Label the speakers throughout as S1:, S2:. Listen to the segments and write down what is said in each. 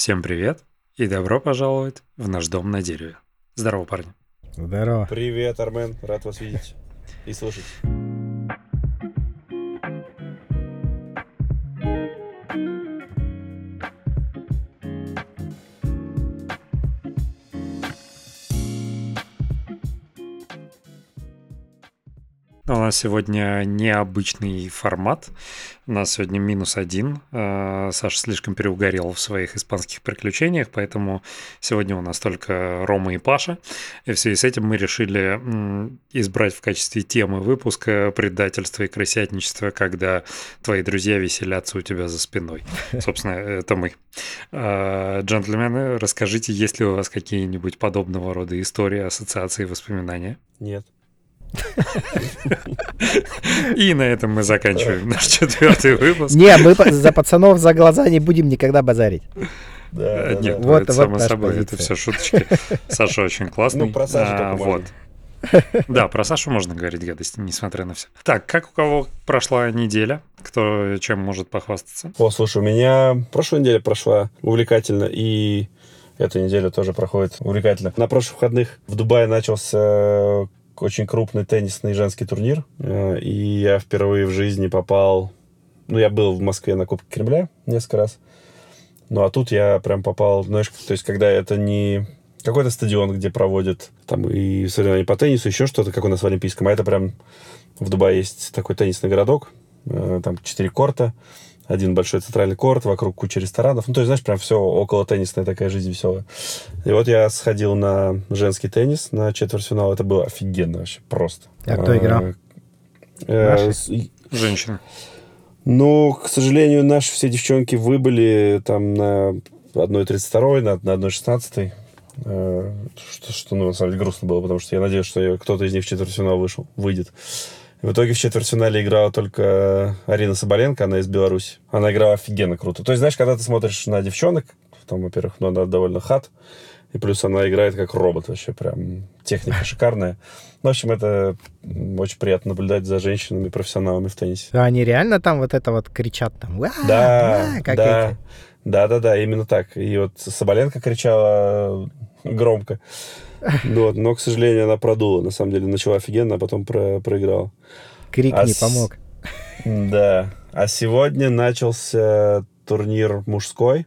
S1: Всем привет и добро пожаловать в наш дом на дереве. Здорово, парни.
S2: Здорово.
S3: Привет, Армен. Рад вас видеть и слышать.
S1: У нас сегодня необычный формат. У нас сегодня -1. Саша слишком переугорел в своих испанских приключениях, поэтому сегодня у нас только Рома и Паша. И в связи с этим мы решили избрать в качестве темы выпуска предательство и крысятничество, когда твои друзья веселятся у тебя за спиной. Собственно, это мы. Джентльмены, расскажите, есть ли у вас какие-нибудь подобного рода истории, ассоциации, воспоминания?
S3: Нет.
S1: И на этом мы заканчиваем наш 4-й выпуск.
S2: Не, мы за пацанов за глаза не будем никогда базарить.
S3: Да.
S1: Нет,
S2: Вот-
S1: это
S2: вот
S1: само
S2: наша
S1: собой, это
S2: позиция.
S1: все шуточки. Саша очень классный.
S3: Ну, про Сашу только
S1: вот.
S3: можно.
S1: Да, про Сашу можно говорить гадости, несмотря на все. Так, как у кого прошла неделя? Кто чем может похвастаться?
S3: О, слушай, у меня прошлая неделя прошла увлекательно, и эта неделя тоже проходит увлекательно. На прошлых выходных в Дубае начался очень крупный теннисный женский турнир, и я впервые в жизни попал... Ну, я был в Москве на Кубке Кремля несколько раз, ну, а тут я прям попал, знаешь, то есть, когда это не какой-то стадион, где проводят там и соревнования по теннису, еще что-то, как у нас в Олимпийском, а это прям в Дубае есть такой теннисный городок, там 4 корта, один большой центральный корт, вокруг куча ресторанов. Ну, то есть, знаешь, прям все около теннисная такая жизнь веселая. И вот я сходил на женский теннис, на четвертьфинал. Это было офигенно вообще, просто.
S2: А кто играл? Наши?
S1: Женщина.
S3: Ну, к сожалению, наши все девчонки выбыли там на 1.32, на 1.16. Что, ну, на самом деле, грустно было, потому что я надеюсь, что кто-то из них в четвертьфинал выйдет. В итоге в четвертьфинале играла только Арина Соболенко, она из Беларуси. Она играла офигенно круто. То есть, знаешь, когда ты смотришь на девчонок, там, во-первых, ну, она довольно хат, и плюс она играет как робот вообще, прям техника шикарная. Ну, в общем, это очень приятно наблюдать за женщинами-профессионалами в теннисе.
S2: А они реально там вот это вот кричат там?
S3: Да,
S2: как
S3: да,
S2: эти?
S3: да, именно так. И вот Соболенко кричала громко. Вот, но, к сожалению, она продула. На самом деле, начала офигенно, а потом проиграла.
S2: Крик
S3: А
S2: не
S3: с-
S2: помог.
S3: Да. А сегодня начался турнир мужской.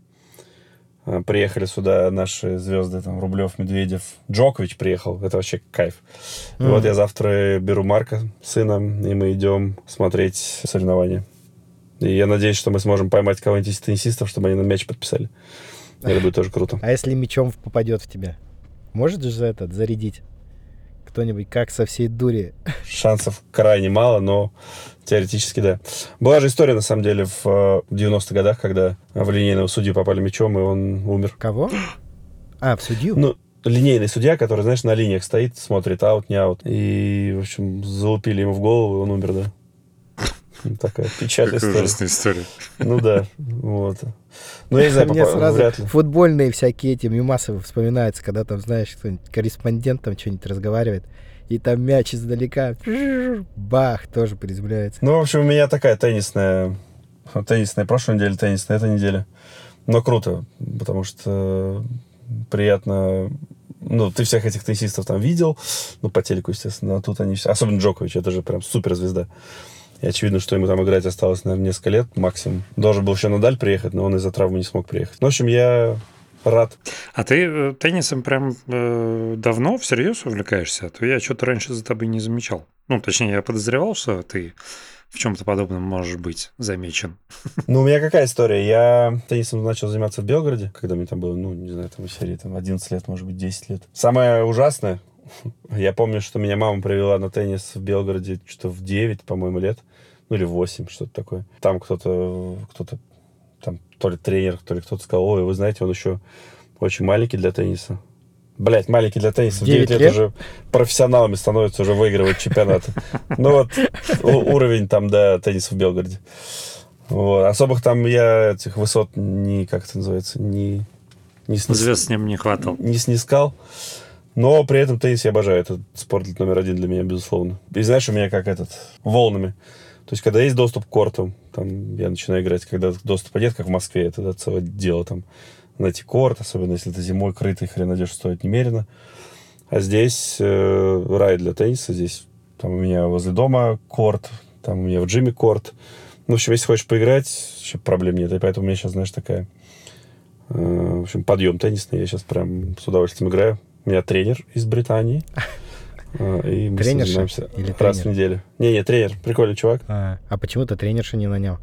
S3: Приехали сюда наши звезды, там, Рублев, Медведев. Джокович приехал. Это вообще кайф. И вот я завтра беру Марка, сына, и мы идем смотреть соревнования. И я надеюсь, что мы сможем поймать кого-нибудь из теннисистов, чтобы они нам мяч подписали. Это будет тоже круто.
S2: А если мячом попадет в тебя? Может же зарядить? Кто-нибудь как со всей дури?
S3: Шансов крайне мало, но теоретически да. Была же история, на самом деле, в 90-х годах, когда в линейного судью попали мячом, и он умер.
S2: Кого? А, в судью?
S3: Ну, линейный судья, который, знаешь, на линиях стоит, смотрит аут, не аут. И, в общем, залупили ему в голову, и он умер, да. Такая печальная
S1: Какая
S3: история.
S1: ужасная история.
S3: Ну да, вот. Ну, я не знаю,
S2: Мне сразу
S3: вряд ли.
S2: футбольные всякие эти мемасы вспоминаются, когда там, знаешь, кто-нибудь корреспондент там что-нибудь разговаривает, и там мяч издалека, бах, тоже приземляется.
S3: Ну, в общем, у меня такая теннисная прошлая неделя, теннисная эта неделя. Но круто, потому что приятно... Ну, ты всех этих теннисистов там видел, ну, по телеку, естественно, а тут они все... Особенно Джокович, это же прям суперзвезда. И очевидно, что ему там играть осталось, наверное, несколько лет максимум. Должен был еще Надаль приехать, но он из-за травмы не смог приехать. Ну, в общем, я рад.
S1: А ты теннисом прям давно всерьез увлекаешься? А то я что-то раньше за тобой не замечал. Ну, точнее, я подозревал, что ты в чем-то подобном можешь быть замечен.
S3: Ну, у меня какая история? Я теннисом начал заниматься в Белгороде, когда мне там было, ну, не знаю, там в серии там 11 лет, может быть, 10 лет. Самое ужасное, я помню, что меня мама привела на теннис в Белгороде что-то в 9, по-моему, лет. Ну, или в 8, что-то такое. Там кто-то там то ли тренер, то ли кто-то сказал: ой, вы знаете, он еще очень маленький для тенниса. Блять, маленький для тенниса. В 9 лет уже профессионалами становятся, уже выигрывают чемпионаты. Ну вот, уровень там, да, тенниса в Белгороде. Вот. Особых там я этих высот как это называется, не
S1: Звезд с ним не хватало.
S3: не снискал. Но при этом теннис я обожаю. Это спорт номер 1 для меня, безусловно. И знаешь, у меня как волнами. То есть, когда есть доступ к кортам, там я начинаю играть, когда доступа нет, как в Москве, это целое дело там. найти корт, особенно если ты зимой крытый, хрен найдешь, стоит немерено. А здесь рай для тенниса. Здесь там у меня возле дома корт, там у меня в джиме корт. Ну, в общем, если хочешь поиграть, вообще проблем нет. И поэтому у меня сейчас, знаешь, такая... в общем, подъем теннисный. Я сейчас прям с удовольствием играю. У меня тренер из Британии. И мы занимаемся раз в неделю. Не, тренер. Прикольный чувак.
S2: А почему ты тренершу не нанял?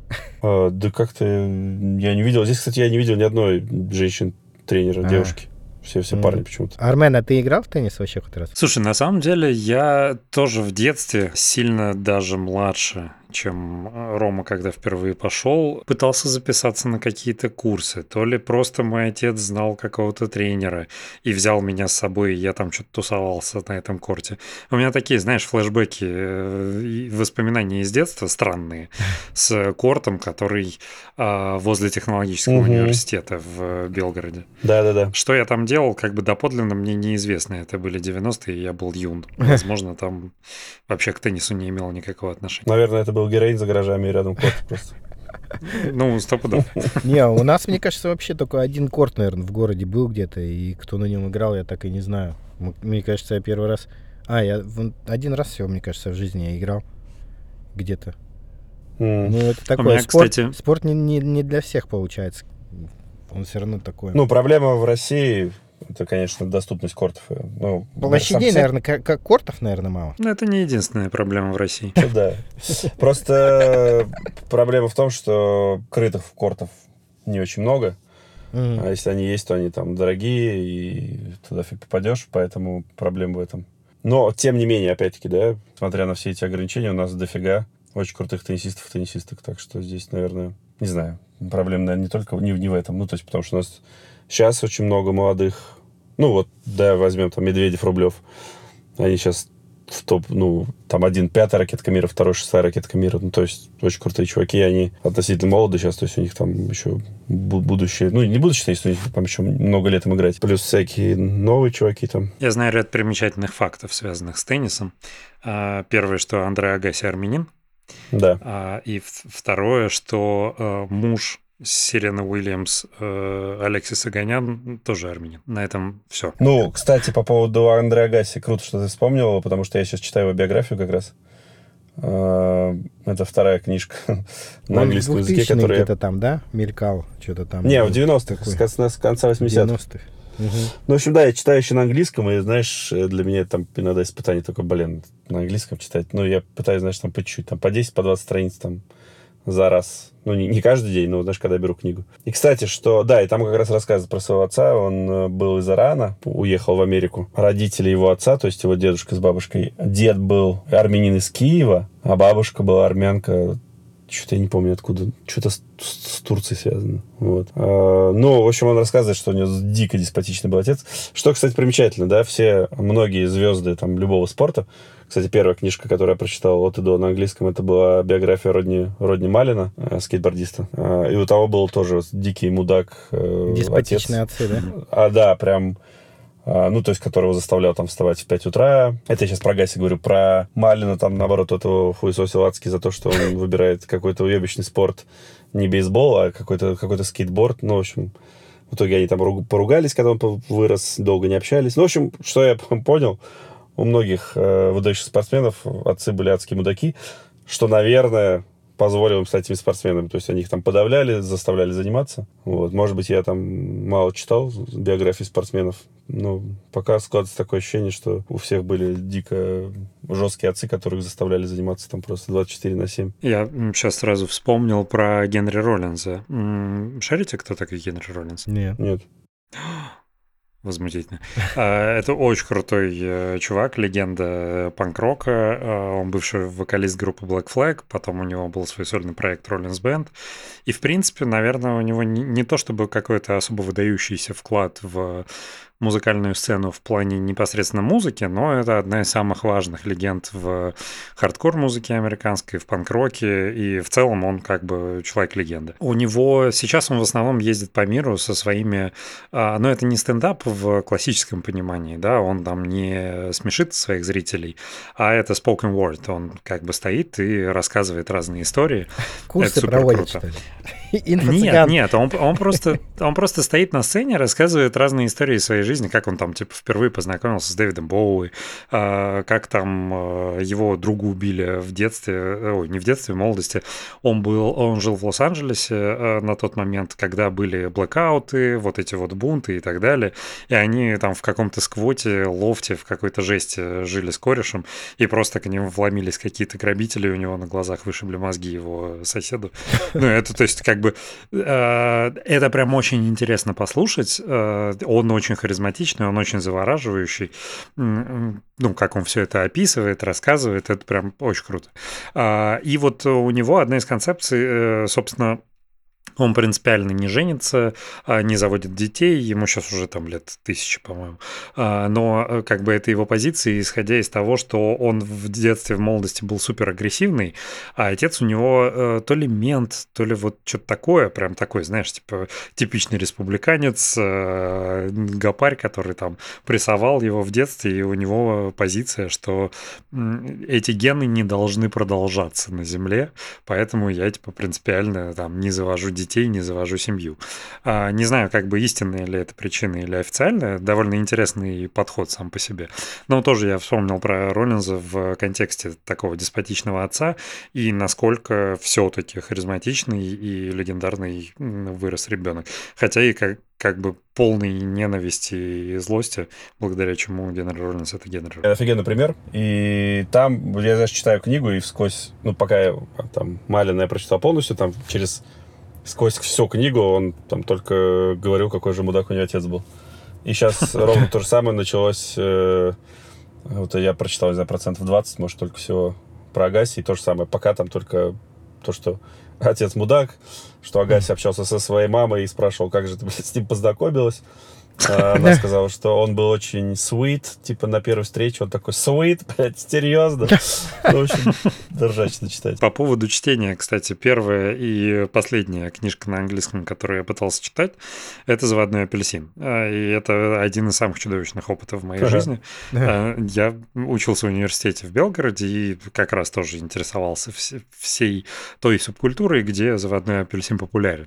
S3: Да как-то я не видел. Здесь, кстати, я не видел ни одной женщины-тренера, девушки. Все парни почему-то.
S2: Армен, а ты играл в теннис вообще хоть раз?
S1: Слушай, на самом деле я тоже в детстве, сильно даже младше, чем Рома, когда впервые пошел, пытался записаться на какие-то курсы. То ли просто мой отец знал какого-то тренера и взял меня с собой, и я там что-то тусовался на этом корте. У меня такие, знаешь, флешбеки, воспоминания из детства странные, с кортом, который возле технологического университета в Белгороде.
S3: Да.
S1: Что я там делал, как бы доподлинно мне неизвестно. Это были 90-е, и я был юн. Возможно, там вообще к теннису не имел никакого отношения.
S3: Наверное, это был героин за гаражами и рядом корт просто.
S1: Ну, стопудово.
S2: Не, у нас, мне кажется, вообще только один корт, наверное, в городе был где-то, и кто на нем играл, я так и не знаю. Мне кажется, я первый раз... я один раз всего, мне кажется, в жизни я играл где-то. Ну, это такой спорт не для всех получается. Он все равно такой.
S3: Ну, проблема в России... Это, конечно, доступность кортов. Ну,
S2: площадей, наверное, как кортов, наверное, мало.
S1: Но это не единственная проблема в России.
S3: Да. Просто проблема в том, что крытых кортов не очень много. А если они есть, то они там дорогие, и туда фиг попадешь, поэтому проблема в этом. Но, тем не менее, опять-таки, да, смотря на все эти ограничения, у нас дофига очень крутых теннисистов и теннисисток. Так что здесь, наверное, не знаю, проблема, наверное, не только не в этом. Ну, то есть, потому что у нас сейчас очень много молодых. Ну, вот, да, возьмем там Медведев, Рублев. Они сейчас в топ, ну, там один 5-я ракетка мира, второй 6-я ракетка мира. Ну, то есть, очень крутые чуваки, они относительно молоды сейчас, то есть, у них там еще будущее, ну, не будущее, если у них там еще много лет им играть. Плюс всякие новые чуваки там.
S1: Я знаю ряд примечательных фактов, связанных с теннисом. Первое, что Андре Агаси армянин.
S3: Да.
S1: И второе, что муж Серена Уильямс, Алексис Аганян, тоже армянин. На этом все.
S3: Ну, кстати, по поводу Андре Агаси, круто, что ты вспомнил его, потому что я сейчас читаю его биографию как раз. Это вторая книжка на английском языке, которая...
S2: где-то там, да, мелькал, что-то там.
S3: Не, в 90-х, с конца 80-х.
S2: 90-х.
S3: Ну, в общем, да, я читаю еще на английском, и, знаешь, для меня там иногда испытание такое, на английском читать. Ну, я пытаюсь, знаешь, там по чуть-чуть, там по 10, по 20 страниц там за раз. Ну, не каждый день, но, знаешь, когда я беру книгу. И, кстати, что... Да, и там как раз рассказывают про своего отца. Он был из Ирана, уехал в Америку. Родители его отца, то есть его дедушка с бабушкой. Дед был армянин из Киева, а бабушка была армянка... Что-то я не помню откуда. Что-то с Турцией связано. Вот. Ну, в общем, он рассказывает, что у него дико деспотичный был отец. Что, кстати, примечательно, да, многие звезды там любого спорта. Кстати, первая книжка, которую я прочитал от и до на английском, это была биография Родни Маллина, скейтбордиста. И у того был тоже дикий мудак
S2: деспотичные отцы, да?
S3: Да, прям... Ну, то есть, которого заставлял там вставать в 5 утра. Это я сейчас про Гаси говорю. Про Малина там, наоборот, этого хуесосил адски за то, что он выбирает какой-то уебищный спорт. Не бейсбол, а какой-то скейтборд. Ну, в общем, в итоге они там поругались, когда он вырос, долго не общались. Ну, в общем, что я понял, у многих выдающихся спортсменов отцы были адские мудаки, что, наверное, позволило им стать этими спортсменами. То есть они их там подавляли, заставляли заниматься. Вот. Может быть, я там мало читал биографии спортсменов, но пока складывается такое ощущение, что у всех были дико жесткие отцы, которых заставляли заниматься там просто 24/7.
S1: Я сейчас сразу вспомнил про Генри Роллинза. Шарите, кто такой Генри Роллинз?
S3: Нет.
S1: Возмутительно. Это очень крутой чувак, легенда панк-рока. Он бывший вокалист группы Black Flag, потом у него был свой сольный проект Rollins Band. И, в принципе, наверное, у него не то чтобы какой-то особо выдающийся вклад в музыкальную сцену в плане непосредственно музыки, но это одна из самых важных легенд в хардкор-музыке американской, в панк-роке, и в целом он как бы человек-легенда. У него сейчас он в основном ездит по миру со своими... Но это не стендап в классическом понимании, да, он там не смешит своих зрителей, а это spoken word, он как бы стоит и рассказывает разные истории.
S2: Курсы проводит, что ли?
S1: Нет, он просто стоит на сцене, рассказывает разные истории из своей жизни, как он там типа впервые познакомился с Дэвидом Боуи, как там его друга убили в детстве, не в детстве, в молодости. Он жил в Лос-Анджелесе на тот момент, когда были блэкауты, вот эти вот бунты и так далее, и они там в каком-то сквоте, лофте, в какой-то жести жили с корешем, и просто к нему вломились какие-то грабители, у него на глазах вышибли мозги его соседу. Ну, это, то есть, как бы, это прям очень интересно послушать. Он очень харизматичный, он очень завораживающий. Ну, как он все это описывает, рассказывает, это прям очень круто. И вот у него одна из концепций, собственно, он принципиально не женится, не заводит детей, ему сейчас уже там лет 1000, по-моему. Но как бы это его позиция, исходя из того, что он в детстве, в молодости был супер агрессивный, а отец у него то ли мент, то ли вот что-то такое, прям такой, знаешь, типа типичный республиканец, гопарь, который там прессовал его в детстве, и у него позиция, что эти гены не должны продолжаться на Земле, поэтому я типа принципиально там не завожу детей, не завожу семью. Не знаю, как бы истинная ли это причина или официальная, довольно интересный подход сам по себе. Но тоже я вспомнил про Роллинза в контексте такого деспотичного отца и насколько все-таки харизматичный и легендарный вырос ребенок. Хотя и как бы полной ненависти и злости, благодаря чему Генри Роллинз — это Генри Роллинз.
S3: Офигенный пример. И там, я даже читаю книгу, и вскользь, ну, пока я там Малина я прочитал полностью, там сквозь всю книгу он там только говорил, какой же мудак у него отец был. И сейчас ровно то же самое началось. Вот я прочитал, не знаю, 20%, может, только всего про Агаси. И то же самое. Пока там только то, что отец мудак, что Агаси общался со своей мамой и спрашивал, как же ты, блядь, с ним познакомилась. Она сказала, что он был очень sweet, типа на первой встрече он такой sweet, блядь, серьезно. Ну, в общем, ржачно читать.
S1: По поводу чтения, кстати, первая и последняя книжка на английском, которую я пытался читать, это «Заводной апельсин». И это один из самых чудовищных опытов в моей жизни. Я учился в университете в Белгороде и как раз тоже интересовался всей той субкультурой, где заводной апельсин популярен.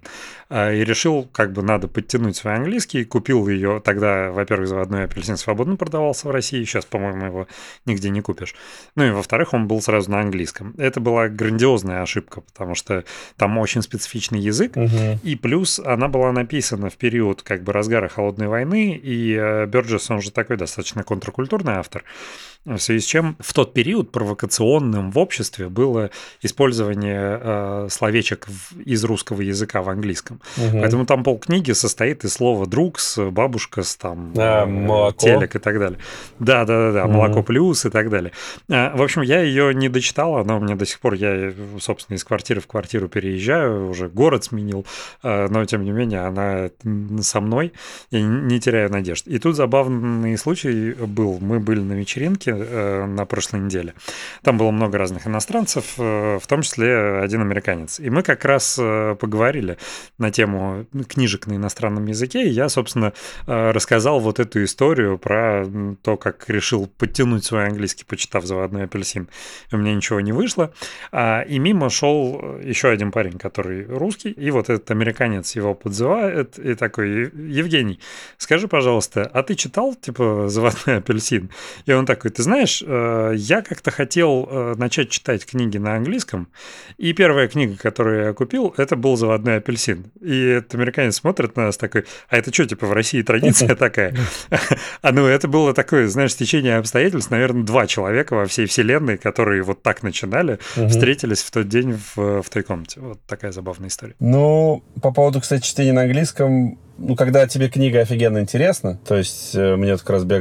S1: И решил, как бы надо подтянуть свой английский, купил ее. Тогда, во-первых, заводной апельсин свободно продавался в России, сейчас, по-моему, его нигде не купишь. Ну и, во-вторых, он был сразу на английском. Это была грандиозная ошибка, потому что там очень специфичный язык, и плюс она была написана в период как бы разгара Холодной войны, и Бёрджес, он же такой достаточно контркультурный автор, в связи с чем в тот период провокационным в обществе было использование словечек из русского языка в английском. Поэтому там полкниги состоит из слова «друг» с «бабушка», с там «телек» и так далее. Да, «молоко плюс» и так далее. В общем, я ее не дочитал, она у меня до сих пор, я, собственно, из квартиры в квартиру переезжаю, уже город сменил, но, тем не менее, она со мной, я не теряю надежд. И тут забавный случай был. Мы были на вечеринке на прошлой неделе. Там было много разных иностранцев, в том числе один американец. И мы как раз поговорили на тему книжек на иностранном языке, и я, собственно, рассказал вот эту историю про то, как решил подтянуть свой английский, почитав «Заводной апельсин». У меня ничего не вышло. И мимо шел еще один парень, который русский, и вот этот американец его подзывает и такой: «Евгений, скажи, пожалуйста, а ты читал, типа, «Заводной апельсин»?» И он такой: «Ты знаешь, я как-то хотел начать читать книги на английском, и первая книга, которую я купил, это был «Заводной апельсин». И этот американец смотрит на нас такой: «А это что, типа, в России традиция такая?» Ну, это было такое, знаешь, течение обстоятельств, наверное, 2 человека во всей вселенной, которые вот так начинали, встретились в тот день в той комнате. Вот такая забавная история.
S3: Ну, по поводу, кстати, чтения на английском, ну, когда тебе книга офигенно интересна, то есть мне как раз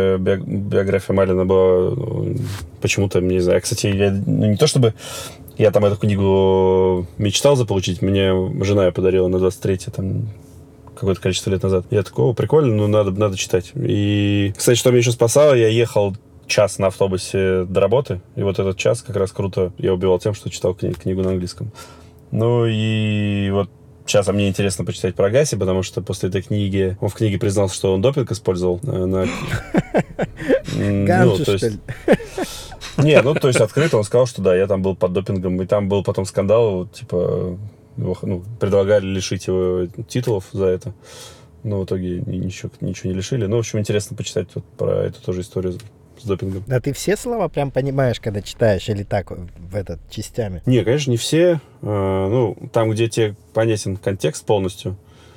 S3: биография Малина была почему-то, не знаю, кстати, не то чтобы я там эту книгу мечтал заполучить, мне жена ее подарила на 23-й, там, какое-то количество лет назад. Я такой, прикольно, ну надо читать. И, кстати, что меня еще спасало, я ехал час на автобусе до работы, и вот этот час как раз круто я убивал тем, что читал книгу на английском. Ну и вот сейчас мне интересно почитать про Агаси, потому что после этой книги, он в книге признался, что он допинг использовал.
S2: Ганджи, что ли?
S3: Не, ну то есть открыто он сказал, что да, я там был под допингом, и там был потом скандал, типа, предлагали лишить его титулов за это. Но в итоге ничего не лишили. Ну, в общем, интересно почитать вот про эту тоже историю с допингом.
S2: А ты все слова прям понимаешь, когда читаешь, или так, частями?
S3: Не, конечно, не все. Там, где тебе понятен контекст полностью,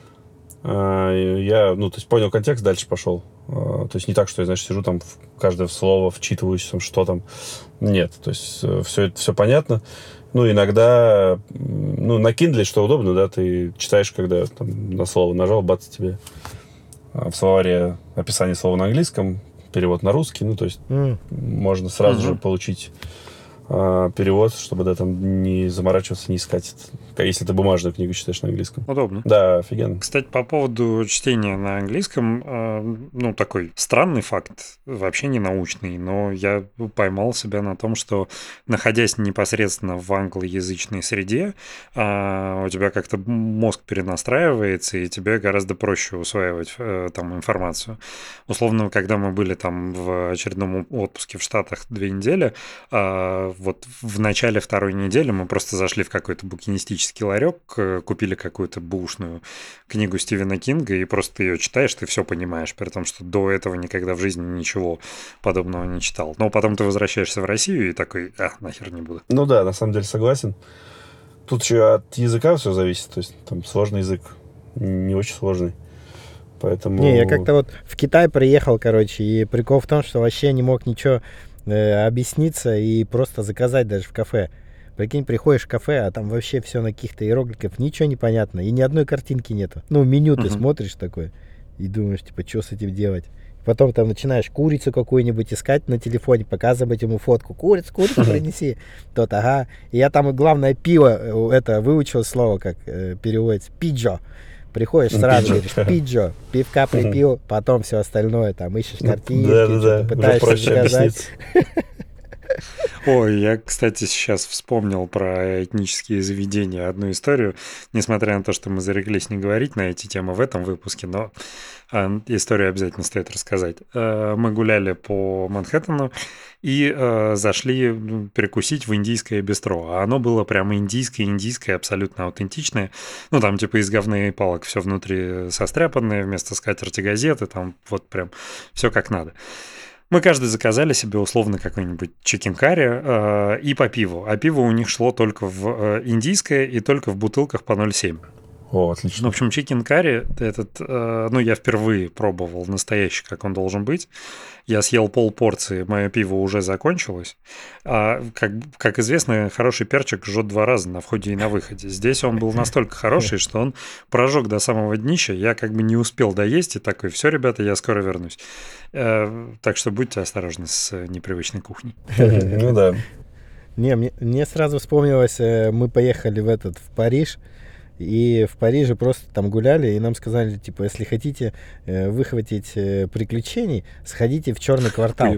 S3: я, то есть понял контекст, дальше пошел. То есть не так, что я, значит, сижу там в каждое слово, вчитываюсь, что там. Нет, то есть все понятно. Ну, иногда, на Kindle, что удобно, да, ты читаешь, когда там на слово нажал, бац, тебе в словаре описание слова на английском, перевод на русский, то есть можно сразу же получить перевод, чтобы, да, там не заморачиваться, не искать, если ты бумажную книгу читаешь на английском.
S1: Удобно.
S3: Да, офигенно.
S1: Кстати, по поводу чтения на английском, такой странный факт, вообще не научный, но я поймал себя на том, что, находясь непосредственно в англоязычной среде, у тебя как-то мозг перенастраивается, и тебе гораздо проще усваивать там информацию. Условно, когда мы были там в очередном отпуске в Штатах 2 недели, вот в начале 2-й недели мы просто зашли в какой-то букинистический ларек, купили какую-то бэушную книгу Стивена Кинга, и просто ты ее читаешь, ты все понимаешь, при том, что до этого никогда в жизни ничего подобного не читал. Но потом ты возвращаешься в Россию и такой, нахер не буду.
S3: Ну да, на самом деле согласен. Тут еще от языка все зависит, то есть там сложный язык, не очень сложный. Поэтому...
S2: Не, я как-то вот в Китай приехал, и прикол в том, что вообще не мог ничего объясниться и просто заказать даже в кафе. Прикинь, приходишь в кафе, а там вообще все на каких-то иероглифах, ничего не понятно, и ни одной картинки нету. Меню ты смотришь такое и думаешь, что с этим делать. Потом там начинаешь курицу какую-нибудь искать на телефоне, показывать ему фотку. Курицу принеси. Тот, ага. И я там, главное, пиво, выучил слово, как переводится, пиджо. Приходишь сразу, говоришь, пиджо, пивка припил, потом все остальное, там ищешь картинки, что-то пытаешься заказать.
S1: Ой, я, кстати, сейчас вспомнил про этнические заведения одну историю, несмотря на то, что мы зареклись не говорить на эти темы в этом выпуске, но историю обязательно стоит рассказать. Мы гуляли по Манхэттену и зашли перекусить в индийское бистро, а оно было прямо индийское, абсолютно аутентичное. Там типа из говна и палок все внутри состряпанное, вместо скатерти газеты, там вот прям все как надо. Мы каждый заказали себе условно какой-нибудь чикен-карри и по пиву. А пиво у них шло только в индийское и только в бутылках по 0,7.
S3: О, отлично.
S1: В общем, чикен-карри этот, я впервые пробовал настоящий, как он должен быть. Я съел полпорции, мое пиво уже закончилось. А, как известно, хороший перчик жжет 2 раза на входе и на выходе. Здесь он был настолько хороший, что он прожег до самого днища. Я не успел доесть и такой, все, ребята, я скоро вернусь. Так что будьте осторожны с непривычной кухней.
S3: Ну да.
S2: Не, мне сразу вспомнилось, мы поехали в Париж, и в Париже просто там гуляли, и нам сказали, если хотите выхватить приключений, сходите в черный квартал.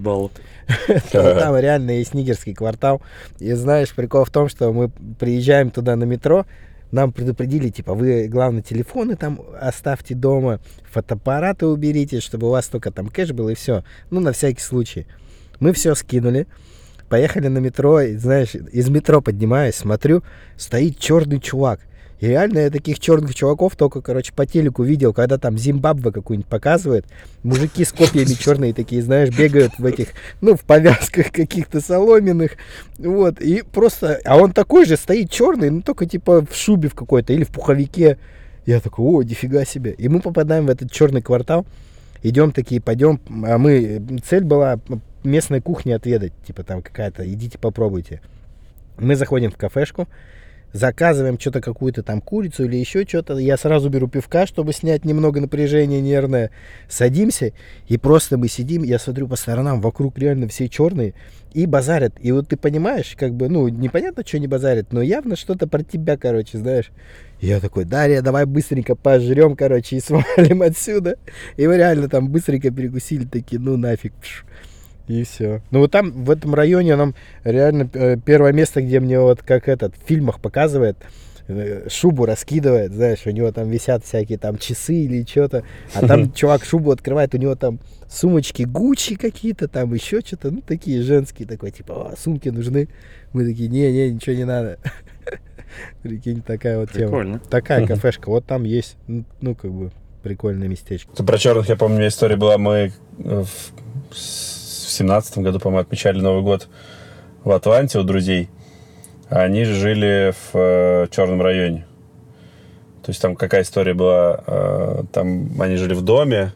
S2: Там реально есть нигерский квартал. И знаешь, прикол в том, что мы приезжаем туда на метро, нам предупредили, вы, главное, телефоны там оставьте дома, фотоаппараты уберите, чтобы у вас только там кэш был, и все. На всякий случай. Мы все скинули, поехали на метро, и, знаешь, из метро поднимаюсь, смотрю, стоит черный чувак. И реально я таких черных чуваков только, по телеку видел, когда там Зимбабве какую-нибудь показывает. Мужики с копьями черные такие, знаешь, бегают в этих, в повязках каких-то соломенных. Вот, и просто... А он такой же, стоит черный, только в шубе в какой-то или в пуховике. Я такой, о, нифига себе. И мы попадаем в этот черный квартал. Идем такие, пойдем. А цель была местной кухни отведать. Там какая-то, идите попробуйте. Мы заходим в кафешку. заказываем что-то, какую-то там курицу или еще что-то, я сразу беру пивка, чтобы снять немного напряжения нервное, садимся, и просто мы сидим, я смотрю по сторонам, вокруг реально все черные, и базарят. И вот ты понимаешь, как бы, ну, непонятно, что не базарят, но явно что-то про тебя, короче, знаешь. И я такой: Дарья, давай быстренько пожрем, короче, и свалим отсюда. И мы реально там быстренько перекусили, такие, ну нафиг. И все. Ну вот там, в этом районе, нам реально первое место, где мне вот как этот в фильмах показывает, шубу раскидывает, знаешь, у него там висят всякие там часы или что-то, а там чувак шубу открывает, у него там сумочки Гуччи какие-то, там еще что-то, ну такие женские, такой типа: сумки нужны. Мы такие: не, ничего не надо. Прикинь, такая вот
S1: Прикольно.
S2: тема. Такая кафешка, вот там есть, ну как бы прикольное местечко.
S3: Про черных, я помню, у меня история была, мы в 17-м году, по-моему, отмечали Новый год в Атланте у друзей. А они жили в черном районе. То есть там какая история была? Там они жили в доме.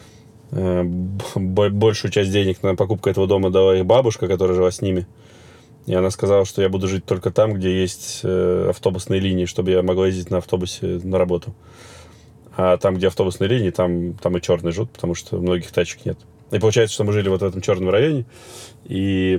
S3: Большую часть денег на покупку этого дома дала их бабушка, которая жила с ними. И она сказала, что я буду жить только там, где есть автобусные линии, чтобы я могла ездить на автобусе на работу. А там, где автобусные линии, там и черные живут, потому что многих тачек нет. И получается, что мы жили вот в этом черном районе. И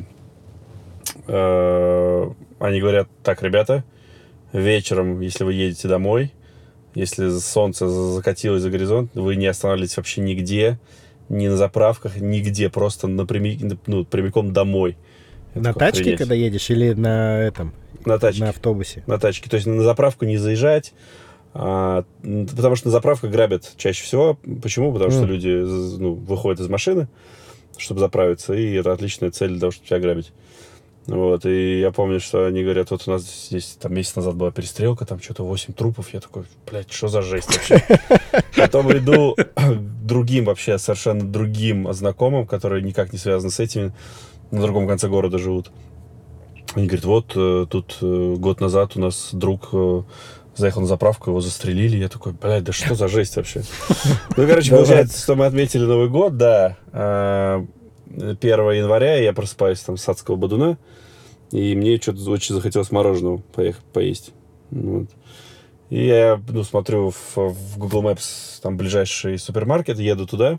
S3: они говорят: так, ребята, вечером, если вы едете домой, если солнце закатилось за горизонт, вы не останавливаетесь вообще нигде, ни на заправках, нигде, просто прямиком домой.
S2: На тачке,
S3: охренеть.
S2: когда едешь, или на этом?
S3: На тачке.
S2: На автобусе?
S3: На тачке. То есть на заправку не заезжать, потому что на заправках грабят чаще всего. Почему? Потому что люди выходят из машины, чтобы заправиться, и это отличная цель для того, чтобы тебя грабить. Вот, и я помню, что они говорят: вот у нас здесь там месяц назад была перестрелка, там что-то 8 трупов. Я такой: блядь, что за жесть вообще? Потом иду к другим, вообще совершенно другим знакомым, которые никак не связаны с этими, на другом конце города живут. Они говорят: вот тут год назад у нас друг заехал на заправку, его застрелили. Я такой: блядь, да что за жесть вообще? Ну, короче, получается, что мы отметили Новый год, да, 1 января, я просыпаюсь там с адского бодуна, и мне что-то очень захотелось мороженого поесть. Вот. И я смотрю в Google Maps там ближайший супермаркет, еду туда,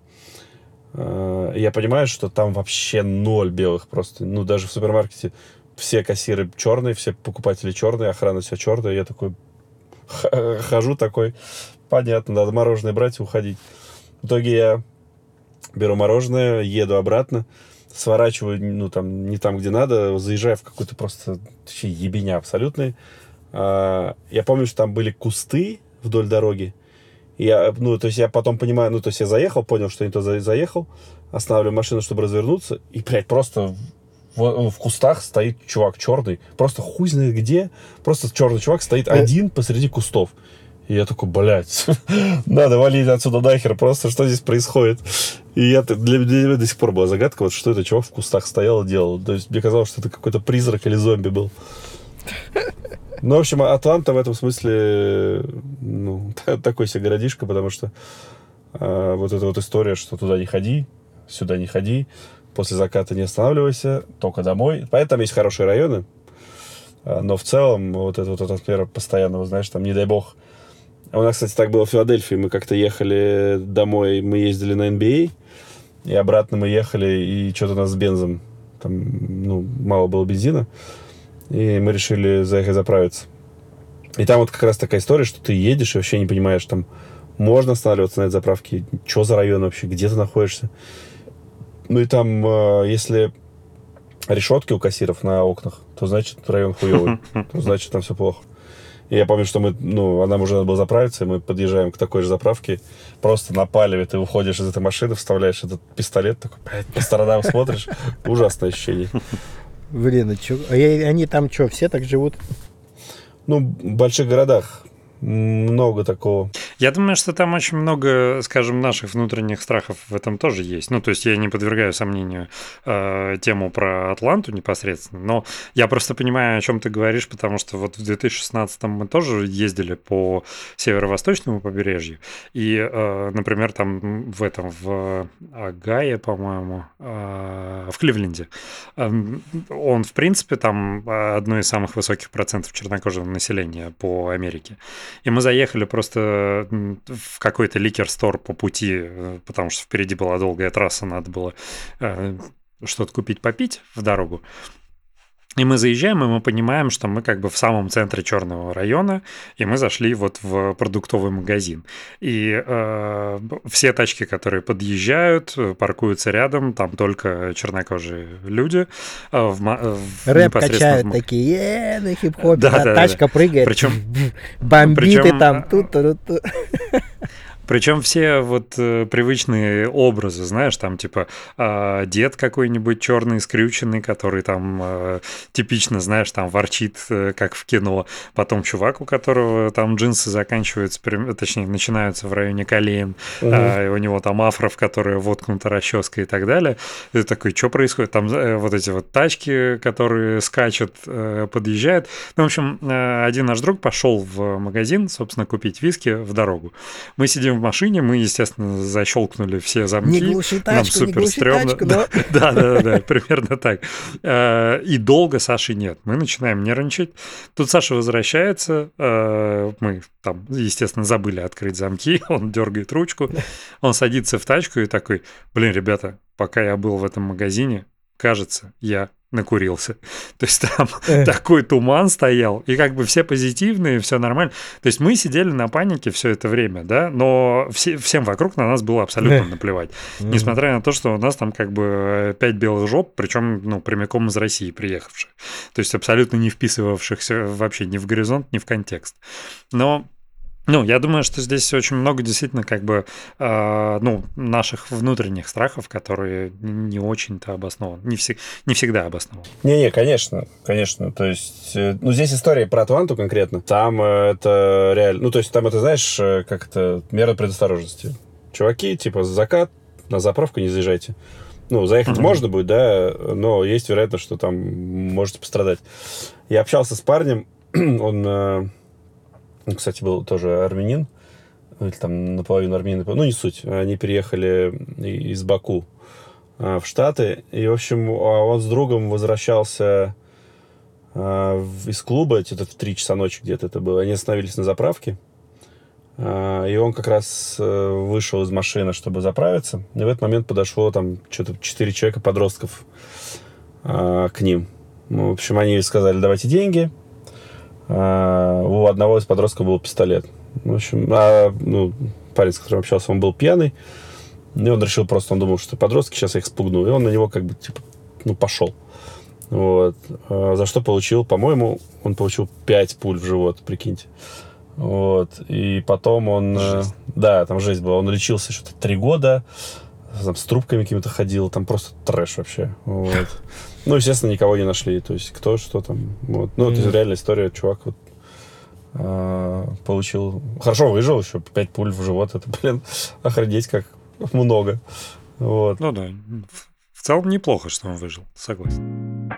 S3: и я понимаю, что там вообще 0 белых просто. Ну, даже в супермаркете все кассиры черные, все покупатели черные, охрана вся черная. Я такой хожу такой: понятно, надо мороженое брать и уходить. В итоге я беру мороженое, еду обратно, сворачиваю, не там, где надо, заезжаю в какой-то просто вообще ебеня абсолютный. Я помню, что там были кусты вдоль дороги. Я потом понимаю, то есть я заехал, понял, что не то заехал, останавливаю машину, чтобы развернуться, и, блядь, просто в кустах стоит чувак черный, просто хуй знает где, просто черный чувак стоит один посреди кустов. И я такой: блядь, надо валить отсюда нахер, просто что здесь происходит? И для меня до сих пор была загадка, вот что это чувак в кустах стоял и делал. То есть мне казалось, что это какой-то призрак или зомби был. Ну, в общем, Атланта в этом смысле, такой себе городишко, потому что вот эта вот история, что туда не ходи, сюда не ходи, после заката не останавливайся, только домой. Поэтому есть хорошие районы, но в целом вот эта вот атмосфера постоянного, знаешь, там, не дай бог. У нас, кстати, так было в Филадельфии. Мы как-то ехали домой, мы ездили на NBA, и обратно мы ехали, и что-то у нас с бензом, там, мало было бензина, и мы решили заехать заправиться. И там вот как раз такая история, что ты едешь и вообще не понимаешь, там, можно останавливаться на этой заправке, что за район вообще, где ты находишься. Ну и там, если решетки у кассиров на окнах, то значит район хуёвый, то значит там все плохо. И я помню, что нам уже надо было заправиться, и мы подъезжаем к такой же заправке, просто на палеве ты выходишь из этой машины, вставляешь этот пистолет, такой, блядь, по сторонам смотришь, ужасное ощущение.
S2: Блин, они там что, все так живут?
S3: В больших городах много такого.
S1: Я думаю, что там очень много, скажем, наших внутренних страхов в этом тоже есть. Ну, то есть я не подвергаю сомнению тему про Атланту непосредственно, но я просто понимаю, о чем ты говоришь, потому что вот в 2016-м мы тоже ездили по северо-восточному побережью, и, например, там в Огайо, по-моему, в Кливленде, он, в принципе, там одно из самых высоких процентов чернокожего населения по Америке. И мы заехали просто в какой-то ликер-стор по пути, потому что впереди была долгая трасса, надо было что-то купить, попить в дорогу. И мы заезжаем, и мы понимаем, что мы как бы в самом центре черного района, и мы зашли вот в продуктовый магазин. И все тачки, которые подъезжают, паркуются рядом, там только чернокожие люди.
S2: Рэп качают такие, на хип-хопе,
S1: да,
S2: тачка прыгает, бомбиты там, тут-тут.
S1: Причем все вот привычные образы, знаешь, там типа дед какой-нибудь черный, скрюченный, который там типично, знаешь, там ворчит, как в кино. Потом чувак, у которого там джинсы заканчиваются, точнее, начинаются в районе колен, и у него там афро, в которой воткнута расческа и так далее. И ты такой, что происходит? Там вот эти вот тачки, которые скачут, подъезжают. Ну, в общем, один наш друг пошел в магазин, собственно, купить виски в дорогу. Мы сидим в машине, мы, естественно, защелкнули все замки.
S2: Не глуши тачку, нам супер стрёмно.
S1: Да, примерно так. И долго Саши нет. Мы начинаем нервничать. Тут Саша возвращается. Мы там, естественно, забыли открыть замки. Он дергает ручку. Он садится в тачку и такой, блин, ребята, пока я был в этом магазине, кажется, я накурился. То есть там такой туман стоял, и как бы все позитивные, все нормально. То есть мы сидели на панике все это время, да, но всем вокруг на нас было абсолютно наплевать. Несмотря на то, что у нас там как бы 5 белых жоп, причем, ну, прямиком из России приехавших. То есть абсолютно не вписывавшихся вообще ни в горизонт, ни в контекст. Но я думаю, что здесь очень много действительно как бы, наших внутренних страхов, которые не очень-то обоснованы, не всегда обоснованы.
S3: Не, конечно. То есть, здесь история про Атланту конкретно. Там это реально, то есть там это, знаешь, как это, мера предосторожности. Чуваки, типа, закат, на заправку не заезжайте. Заехать можно будет, да, но есть вероятность, что там можете пострадать. Я общался с парнем, он, кстати, был тоже армянин, или там наполовину армянин, не суть. Они переехали из Баку в Штаты, и, в общем, он с другом возвращался из клуба, где-то в 3 часа ночи где-то это было. Они остановились на заправке, и он как раз вышел из машины, чтобы заправиться, и в этот момент подошло там что-то 4 человека, подростков, к ним. В общем, они сказали, давайте деньги. У одного из подростков был пистолет. В общем, парень, с которым общался, он был пьяный. И он решил просто, он думал, что подростки, сейчас я их спугну. И он на него как бы, типа, пошел. Вот. За что получил, по-моему, он получил 5 пуль в живот, прикиньте. Вот. И потом он...
S1: Жесть.
S3: Да, там жесть была. Он лечился что-то 3 года. Там с трубками какими-то ходил. Там просто трэш вообще. Вот. Естественно, никого не нашли. То есть, кто, что там. Вот. То есть, реальная история. Чувак вот получил... Хорошо выжил еще. 5 пуль в живот. Это, блин, охренеть как много. Вот.
S1: Ну да. В целом неплохо, что он выжил. Согласен.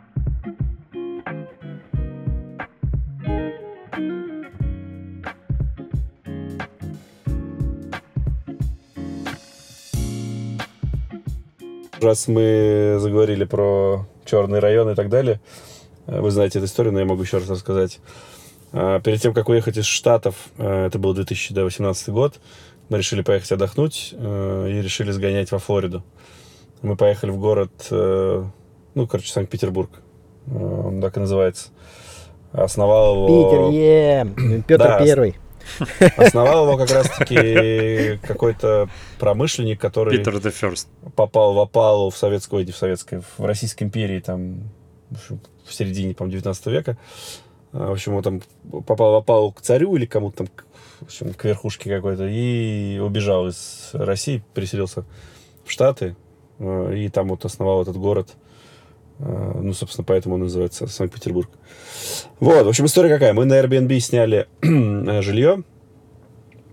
S3: Раз мы заговорили про черный район и так далее, вы знаете эту историю, но я могу еще раз рассказать. Перед тем, как уехать из Штатов, это был 2018 год, мы решили поехать отдохнуть и решили сгонять во Флориду. Мы поехали в город, Санкт-Петербург, он так и называется. Основал его...
S2: Питер, Петр Первый.
S3: Основал его как раз-таки какой-то промышленник, который
S1: Питер the First.
S3: попал в опалу в Российской империи, там, в середине, 19 века. В общем, он там попал в опалу к царю или кому-то там, в общем, к верхушке какой-то, и убежал из России, переселился в Штаты, и там вот основал этот город. Собственно, поэтому он называется Санкт-Петербург. Вот, в общем, история какая. Мы на Airbnb сняли жилье.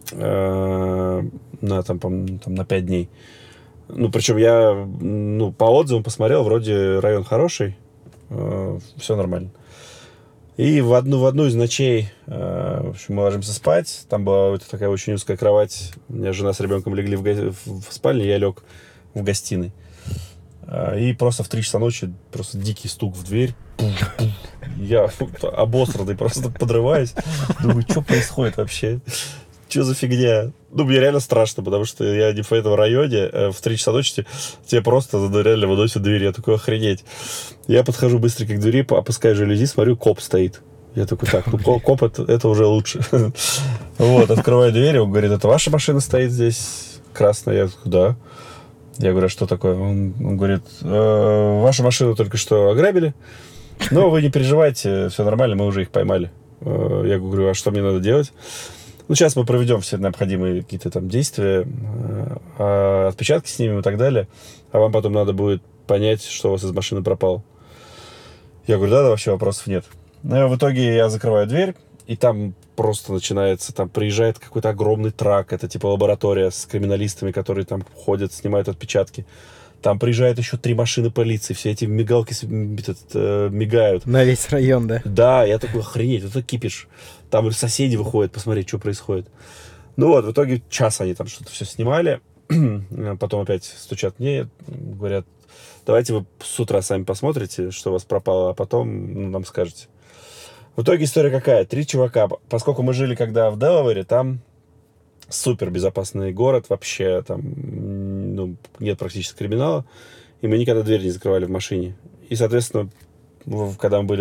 S3: на 5 дней. Ну, причем я, по отзывам посмотрел, вроде район хороший, все нормально. И в одну из ночей, в общем, мы ложимся спать. Там была такая очень узкая кровать. У меня жена с ребенком легли в спальне, я лег в гостиной. И просто в 3 часа ночи просто дикий стук в дверь. Я обосранный просто подрываюсь. Думаю, что происходит вообще? Что за фигня? Мне реально страшно, потому что я не в этом районе. В 3 часа ночи тебе просто реально выносят дверь. Я такой, охренеть. Я подхожу быстренько к двери, опускаю жалюзи, смотрю, коп стоит. Я такой, так, коп это уже лучше. Вот, открываю дверь, он говорит, это ваша машина стоит здесь красная? Я такой, да. Я говорю, а что такое? Он говорит, вашу машину только что ограбили, но вы не переживайте, все нормально, мы уже их поймали. Я говорю, а что мне надо делать? Сейчас мы проведем все необходимые какие-то там действия, отпечатки снимем и так далее, а вам потом надо будет понять, что у вас из машины пропало. Я говорю, да, вообще вопросов нет. Но в итоге я закрываю дверь, и там просто начинается, там приезжает какой-то огромный трак, это типа лаборатория с криминалистами, которые там ходят, снимают отпечатки. Там приезжает еще 3 машины полиции, все эти мигалки мигают.
S2: На весь район, да?
S3: Да, я такой, охренеть, это кипиш. Там соседи выходят посмотреть, что происходит. В итоге час они там что-то все снимали. Потом опять стучат мне, говорят, давайте вы с утра сами посмотрите, что у вас пропало, а потом нам скажете. В итоге история какая? 3 чувака. Поскольку мы жили когда в Делавере, там супер безопасный город, вообще там нет практически криминала, и мы никогда дверь не закрывали в машине. И, соответственно, когда мы были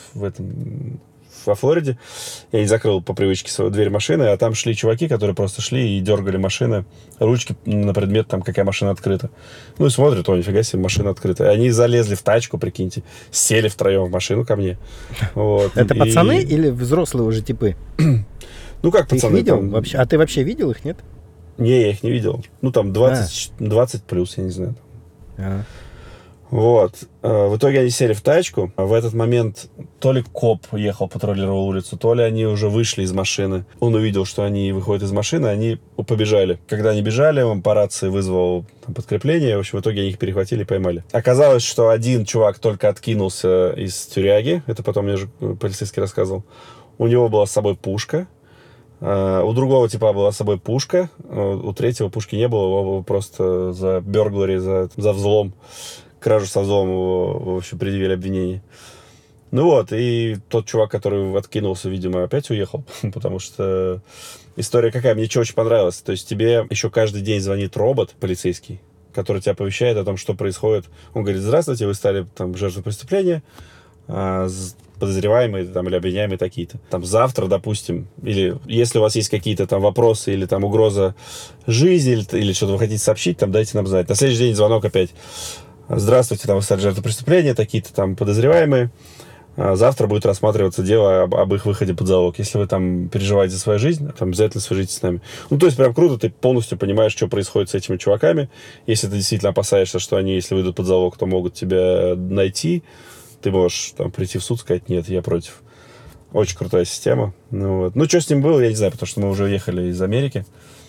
S3: во Флориде, я не закрыл по привычке свою дверь машины, а там шли чуваки, которые просто шли и дергали машины, ручки на предмет, там, какая машина открыта. И смотрят, нифига себе, машина открыта. И они залезли в тачку, прикиньте, сели втроем в машину ко мне.
S2: Это пацаны или взрослые уже типы?
S3: Как
S2: ты
S3: пацаны?
S2: Их видел вообще? А ты вообще видел их, нет?
S3: Не, я их не видел. Там 20 плюс, я не знаю. В итоге они сели в тачку. В этот момент то ли коп ехал, патрулировал улицу, то ли они уже вышли из машины. Он увидел, что они выходят из машины, они побежали. Когда они бежали, он по рации вызвал подкрепление. В общем, в итоге они их перехватили и поймали. Оказалось, что один чувак только откинулся из тюряги. Это потом мне же полицейский рассказывал. У него была с собой пушка. У другого типа была с собой пушка. У третьего пушки не было. Его просто за бёрглари, за взлом, кражу со взломом, в общем, предъявили обвинение. И тот чувак, который откинулся, видимо, опять уехал, потому что история какая, мне что очень понравилось. То есть тебе еще каждый день звонит робот полицейский, который тебя оповещает о том, что происходит. Он говорит, здравствуйте, вы стали жертвой преступления, подозреваемые или обвиняемые такие-то. Завтра, допустим, или если у вас есть какие-то вопросы или угроза жизни, или что-то вы хотите сообщить, дайте нам знать. На следующий день звонок опять. Здравствуйте, вы стали жертвой преступления, такие-то подозреваемые. Завтра будет рассматриваться дело об их выходе под залог. Если вы переживаете за свою жизнь, обязательно свяжитесь с нами. То есть прям круто, ты полностью понимаешь, что происходит с этими чуваками. Если ты действительно опасаешься, что они, если выйдут под залог, то могут тебя найти, ты можешь прийти в суд, сказать, нет, я против. Очень крутая система. Что с ним было, я не знаю, потому что мы уже уехали из Америки.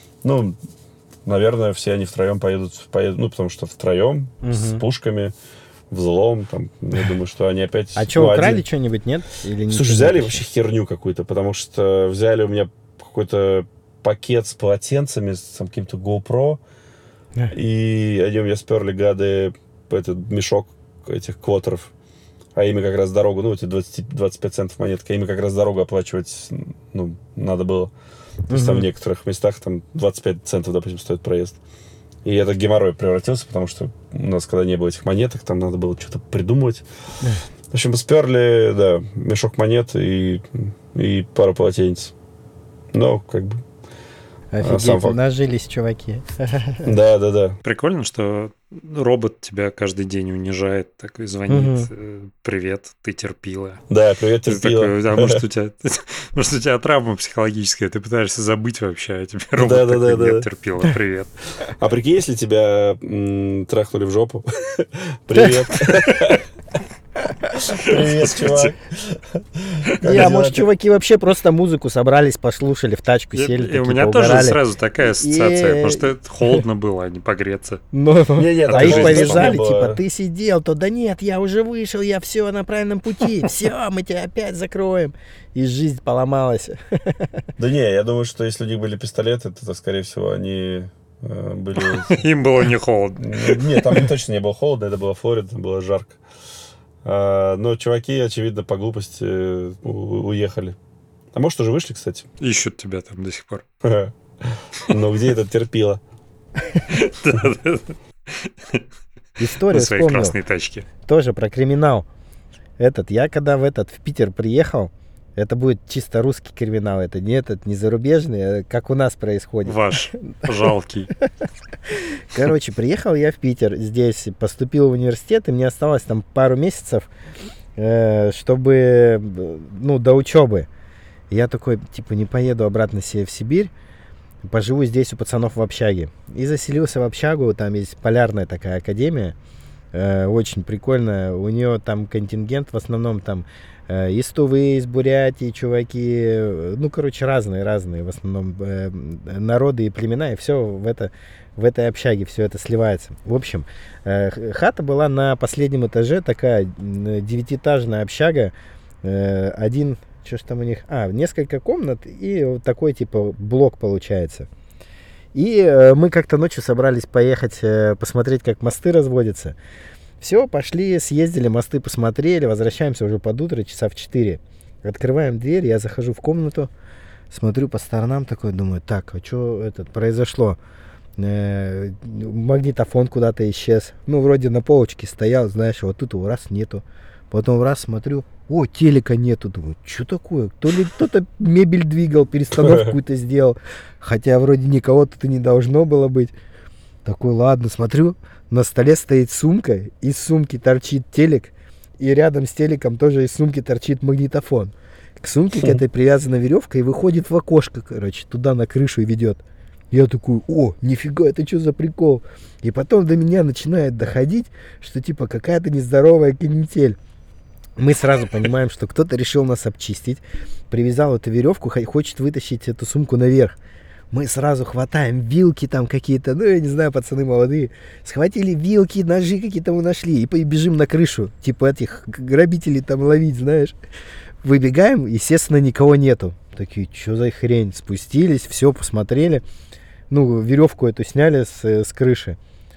S3: Наверное, все они втроем поедут, потому что втроем, с пушками, взлом, я думаю, что они опять...
S2: А что, украли что-нибудь, нет? Или
S3: Слушай, взяли вообще херню какую-то, потому что взяли у меня какой-то пакет с полотенцами, с каким-то GoPro, и они у меня сперли, гады, этот мешок этих квотеров, а ими как раз дорогу, эти 25 центов монетка, ими как раз дорогу оплачивать, надо было. То есть в некоторых местах 25 центов, допустим, стоит проезд. И это геморрой превратился, потому что у нас, когда не было этих монеток, там надо было что-то придумывать. В общем, сперли, мешок монет и пару полотенец. Но,
S2: Офигеть, нажились чуваки.
S3: Да.
S1: Прикольно, что робот тебя каждый день унижает, такой звонит, привет, ты терпила.
S3: Да, привет, терпила.
S1: Такой, может, у тебя травма психологическая, ты пытаешься забыть вообще, а тебе робот такой, нет, терпила, привет.
S3: А прикинь, если тебя трахнули в жопу. Привет. Привет, чувак.
S2: Не, а может, чуваки вообще просто музыку собрались, послушали, в тачку сели,
S1: И
S2: такие
S1: у меня тоже
S2: поугорали.
S1: сразу такая ассоциация, потому что холодно было, а не погреться.
S3: Не-не,
S2: А
S3: там
S2: их
S3: тоже
S2: повязали,
S3: не было.
S2: типа, ты сидел, то да нет, я уже вышел, я все на правильном пути, все, мы тебя опять закроем. И жизнь поломалась.
S3: Да не, я думаю, что если у них были пистолеты, то, скорее всего, они были...
S1: Им было не холодно.
S3: Нет, там точно не было холодно, это было Флорида, было жарко. Но чуваки, очевидно, по глупости уехали. А может, уже вышли, кстати?
S1: Ищут тебя там до сих пор.
S3: Ну, где это терпило?
S2: Историю
S1: На своей
S2: вспомнил.
S1: красной тачке.
S2: Тоже про криминал. Я когда в Питер приехал, это будет чисто русский криминал, это не зарубежный, а как у нас происходит.
S1: Ваш жалкий.
S2: Короче, приехал я в Питер, здесь поступил в университет, и мне осталось там пару месяцев, чтобы, до учебы. Я такой, типа, не поеду обратно себе в Сибирь, поживу здесь у пацанов в общаге. И заселился в общагу, там есть полярная такая академия, очень прикольная. У нее там контингент в основном там из Тувы, из Бурятии чуваки, разные в основном народы и племена, и все в этой общаге все это сливается. В общем, хата была на последнем этаже, такая 9-этажная общага, что ж там у них, несколько комнат и вот такой типа блок получается. И мы как-то ночью собрались поехать посмотреть, как мосты разводятся. Все, пошли, съездили, мосты посмотрели, возвращаемся уже под утро, часа в 4. Открываем дверь, я захожу в комнату, смотрю по сторонам такой, думаю, так, а что произошло? Магнитофон куда-то исчез. Вроде на полочке стоял, знаешь, вот тут его раз нету. Потом раз смотрю, телека нету. Думаю, что такое? То ли кто-то мебель двигал, перестановку какую-то сделал. Хотя вроде никого тут и не должно было быть. Такой, ладно, смотрю, на столе стоит сумка, из сумки торчит телек, и рядом с телеком тоже из сумки торчит магнитофон. К сумке к этой привязана веревка и выходит в окошко, туда на крышу и ведет. Я такой, нифига, это что за прикол? И потом до меня начинает доходить, что типа какая-то нездоровая канитель. Мы сразу понимаем, что кто-то решил нас обчистить, привязал эту веревку, хочет вытащить эту сумку наверх. Мы сразу хватаем вилки там какие-то, я не знаю, пацаны молодые. Схватили вилки, ножи какие-то мы нашли и бежим на крышу. Типа этих грабителей там ловить, знаешь. Выбегаем, естественно, никого нету. Такие, что за хрень? Спустились, все, посмотрели. Веревку эту сняли с крыши.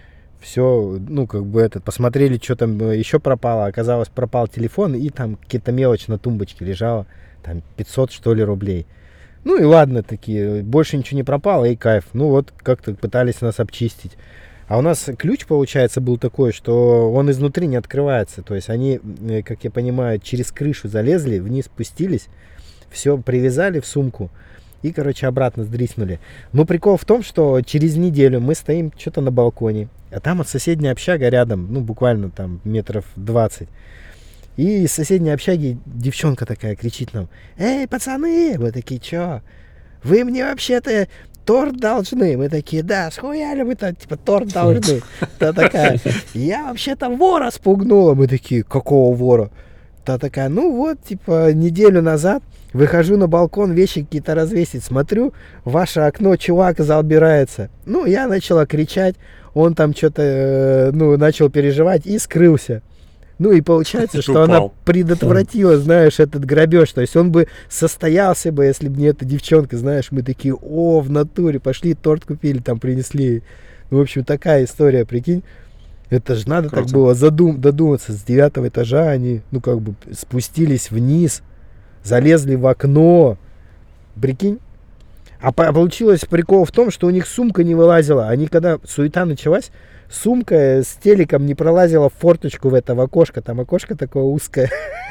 S2: Все, посмотрели, что там еще пропало. Оказалось, пропал телефон, и там какие-то мелочь на тумбочке лежала. Там 500, что ли, рублей. И ладно, такие, больше ничего не пропало, и кайф. Как-то пытались нас обчистить. А у нас ключ, получается, был такой, что он изнутри не открывается. То есть они, как я понимаю, через крышу залезли, вниз спустились, все привязали в сумку и, обратно сдриснули. Прикол в том, что через неделю мы стоим что-то на балконе, а там от соседняя общага рядом, буквально там метров 20. И из соседней общаги девчонка такая кричит нам: «Эй, пацаны!» Мы такие, чё? Вы мне вообще-то торт должны. Мы такие, да, схуяли мы там, типа, торт должны. Та такая, я вообще-то вора спугнула. Мы такие, какого вора? Та такая, неделю назад выхожу на балкон, вещи какие-то развесить, смотрю, в ваше окно чувак забирается. Я начала кричать, он там что-то, начал переживать и скрылся. И получается, что она предотвратила, знаешь, этот грабеж. То есть он бы состоялся бы, если бы не эта девчонка, знаешь. Мы такие, в натуре, пошли торт купили, там принесли. В общем, такая история, прикинь. Это же надо так было додуматься. С 9 этажа они, спустились вниз, залезли в окно. Прикинь. А получилось прикол в том, что у них сумка не вылазила. Они, когда суета началась, сумка с телеком не пролазила в форточку в окошко. Там окошко такое узкое.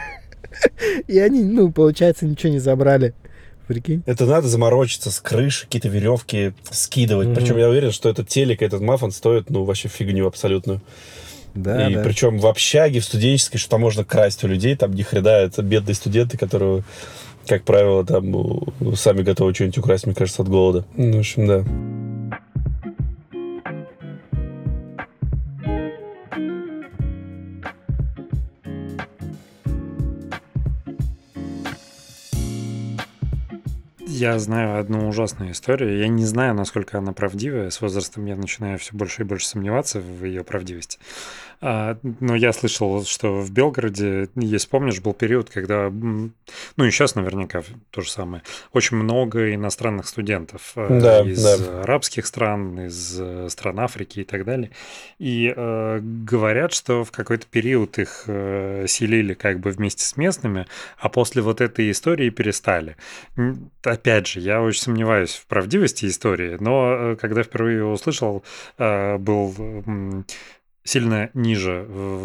S2: И они, получается, ничего не забрали. Прикинь.
S3: Это надо заморочиться с крыши, какие-то веревки скидывать. Причем я уверен, что этот телек, этот мафон стоит, вообще фигню абсолютную.
S2: Да,
S3: и причем в общаге, в студенческой, что там можно красть у людей, там ни хрена, это бедные студенты, которые, как правило, там сами готовы что-нибудь украсть, мне кажется, от голода. В общем, да.
S1: Я знаю одну ужасную историю. Я не знаю, насколько она правдивая. С возрастом я начинаю все больше и больше сомневаться в ее правдивости. Но я слышал, что в Белгороде, если помнишь, был период, когда, ну и сейчас наверняка то же самое, очень много иностранных студентов
S3: Да, да.
S1: из арабских стран, из стран Африки и так далее. И говорят, что в какой-то период их селили как бы вместе с местными, а после вот этой истории перестали. Опять же, я очень сомневаюсь в правдивости истории, но когда впервые его услышал, был сильно ниже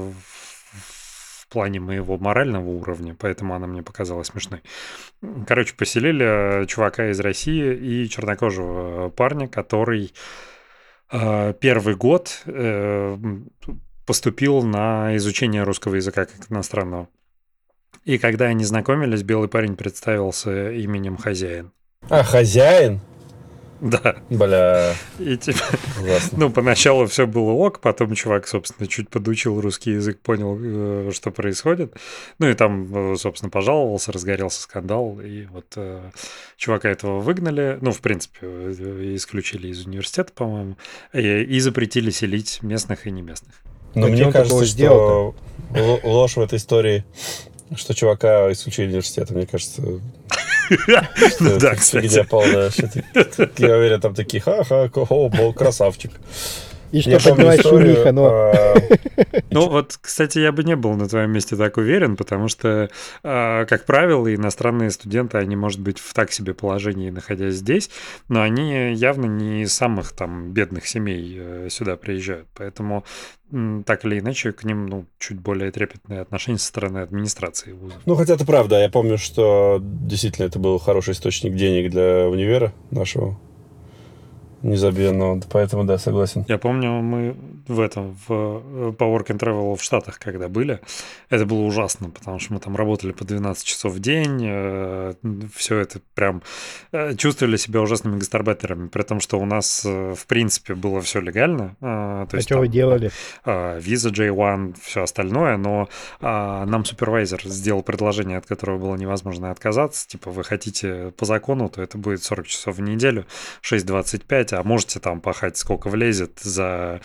S1: в плане моего морального уровня, поэтому она мне показалась смешной. Короче, поселили чувака из России и чернокожего парня, который первый год поступил на изучение русского языка как иностранного. И когда они знакомились, белый парень представился именем Хозяин.
S3: А, хозяин?
S1: Да.
S3: Бля,
S1: И типа,
S3: ужасно.
S1: ну, поначалу все было ок, потом чувак, собственно, чуть подучил русский язык, понял, что происходит. Ну и там, собственно, пожаловался, разгорелся скандал, и вот чувака этого выгнали, ну, в принципе, исключили из университета, по-моему, и запретили селить местных и неместных.
S3: Но
S2: А чё
S3: мне
S2: он
S3: кажется,
S2: такого
S3: что
S2: сделал-то?
S3: ложь в этой истории, что чувака исключили университета, мне кажется,
S1: Ну да,
S3: это
S1: кстати.
S3: фигня полная. Я уверен, там такие, ха-ха, был красавчик.
S2: И
S3: Я
S2: что
S3: помню
S2: поднимать
S3: историю,
S2: шумиха, но...
S1: Ну вот, кстати, я бы не был на твоем месте так уверен, потому что, как правило, иностранные студенты, они, может быть, в так себе положении, находясь здесь, но они явно не из самых там бедных семей сюда приезжают, поэтому так или иначе к ним, ну, чуть более трепетное отношение со стороны администрации вузов.
S3: Ну, хотя это правда. Я помню, что действительно это был хороший источник денег для универа нашего незабвенного. Поэтому, да, согласен.
S1: Я помню, мы по Work and Travel в Штатах, когда были, это было ужасно, потому что мы там работали по 12 часов в день, все это прям чувствовали себя ужасными гастарбайтерами, при том, что у нас, в принципе, было все легально. То
S2: А
S1: есть
S2: что вы
S1: там
S2: делали?
S1: виза J1, все остальное, но нам супервайзер сделал предложение, от которого было невозможно отказаться. Типа, вы хотите по закону, то это будет 40 часов в неделю, 6,25, а можете там пахать сколько влезет за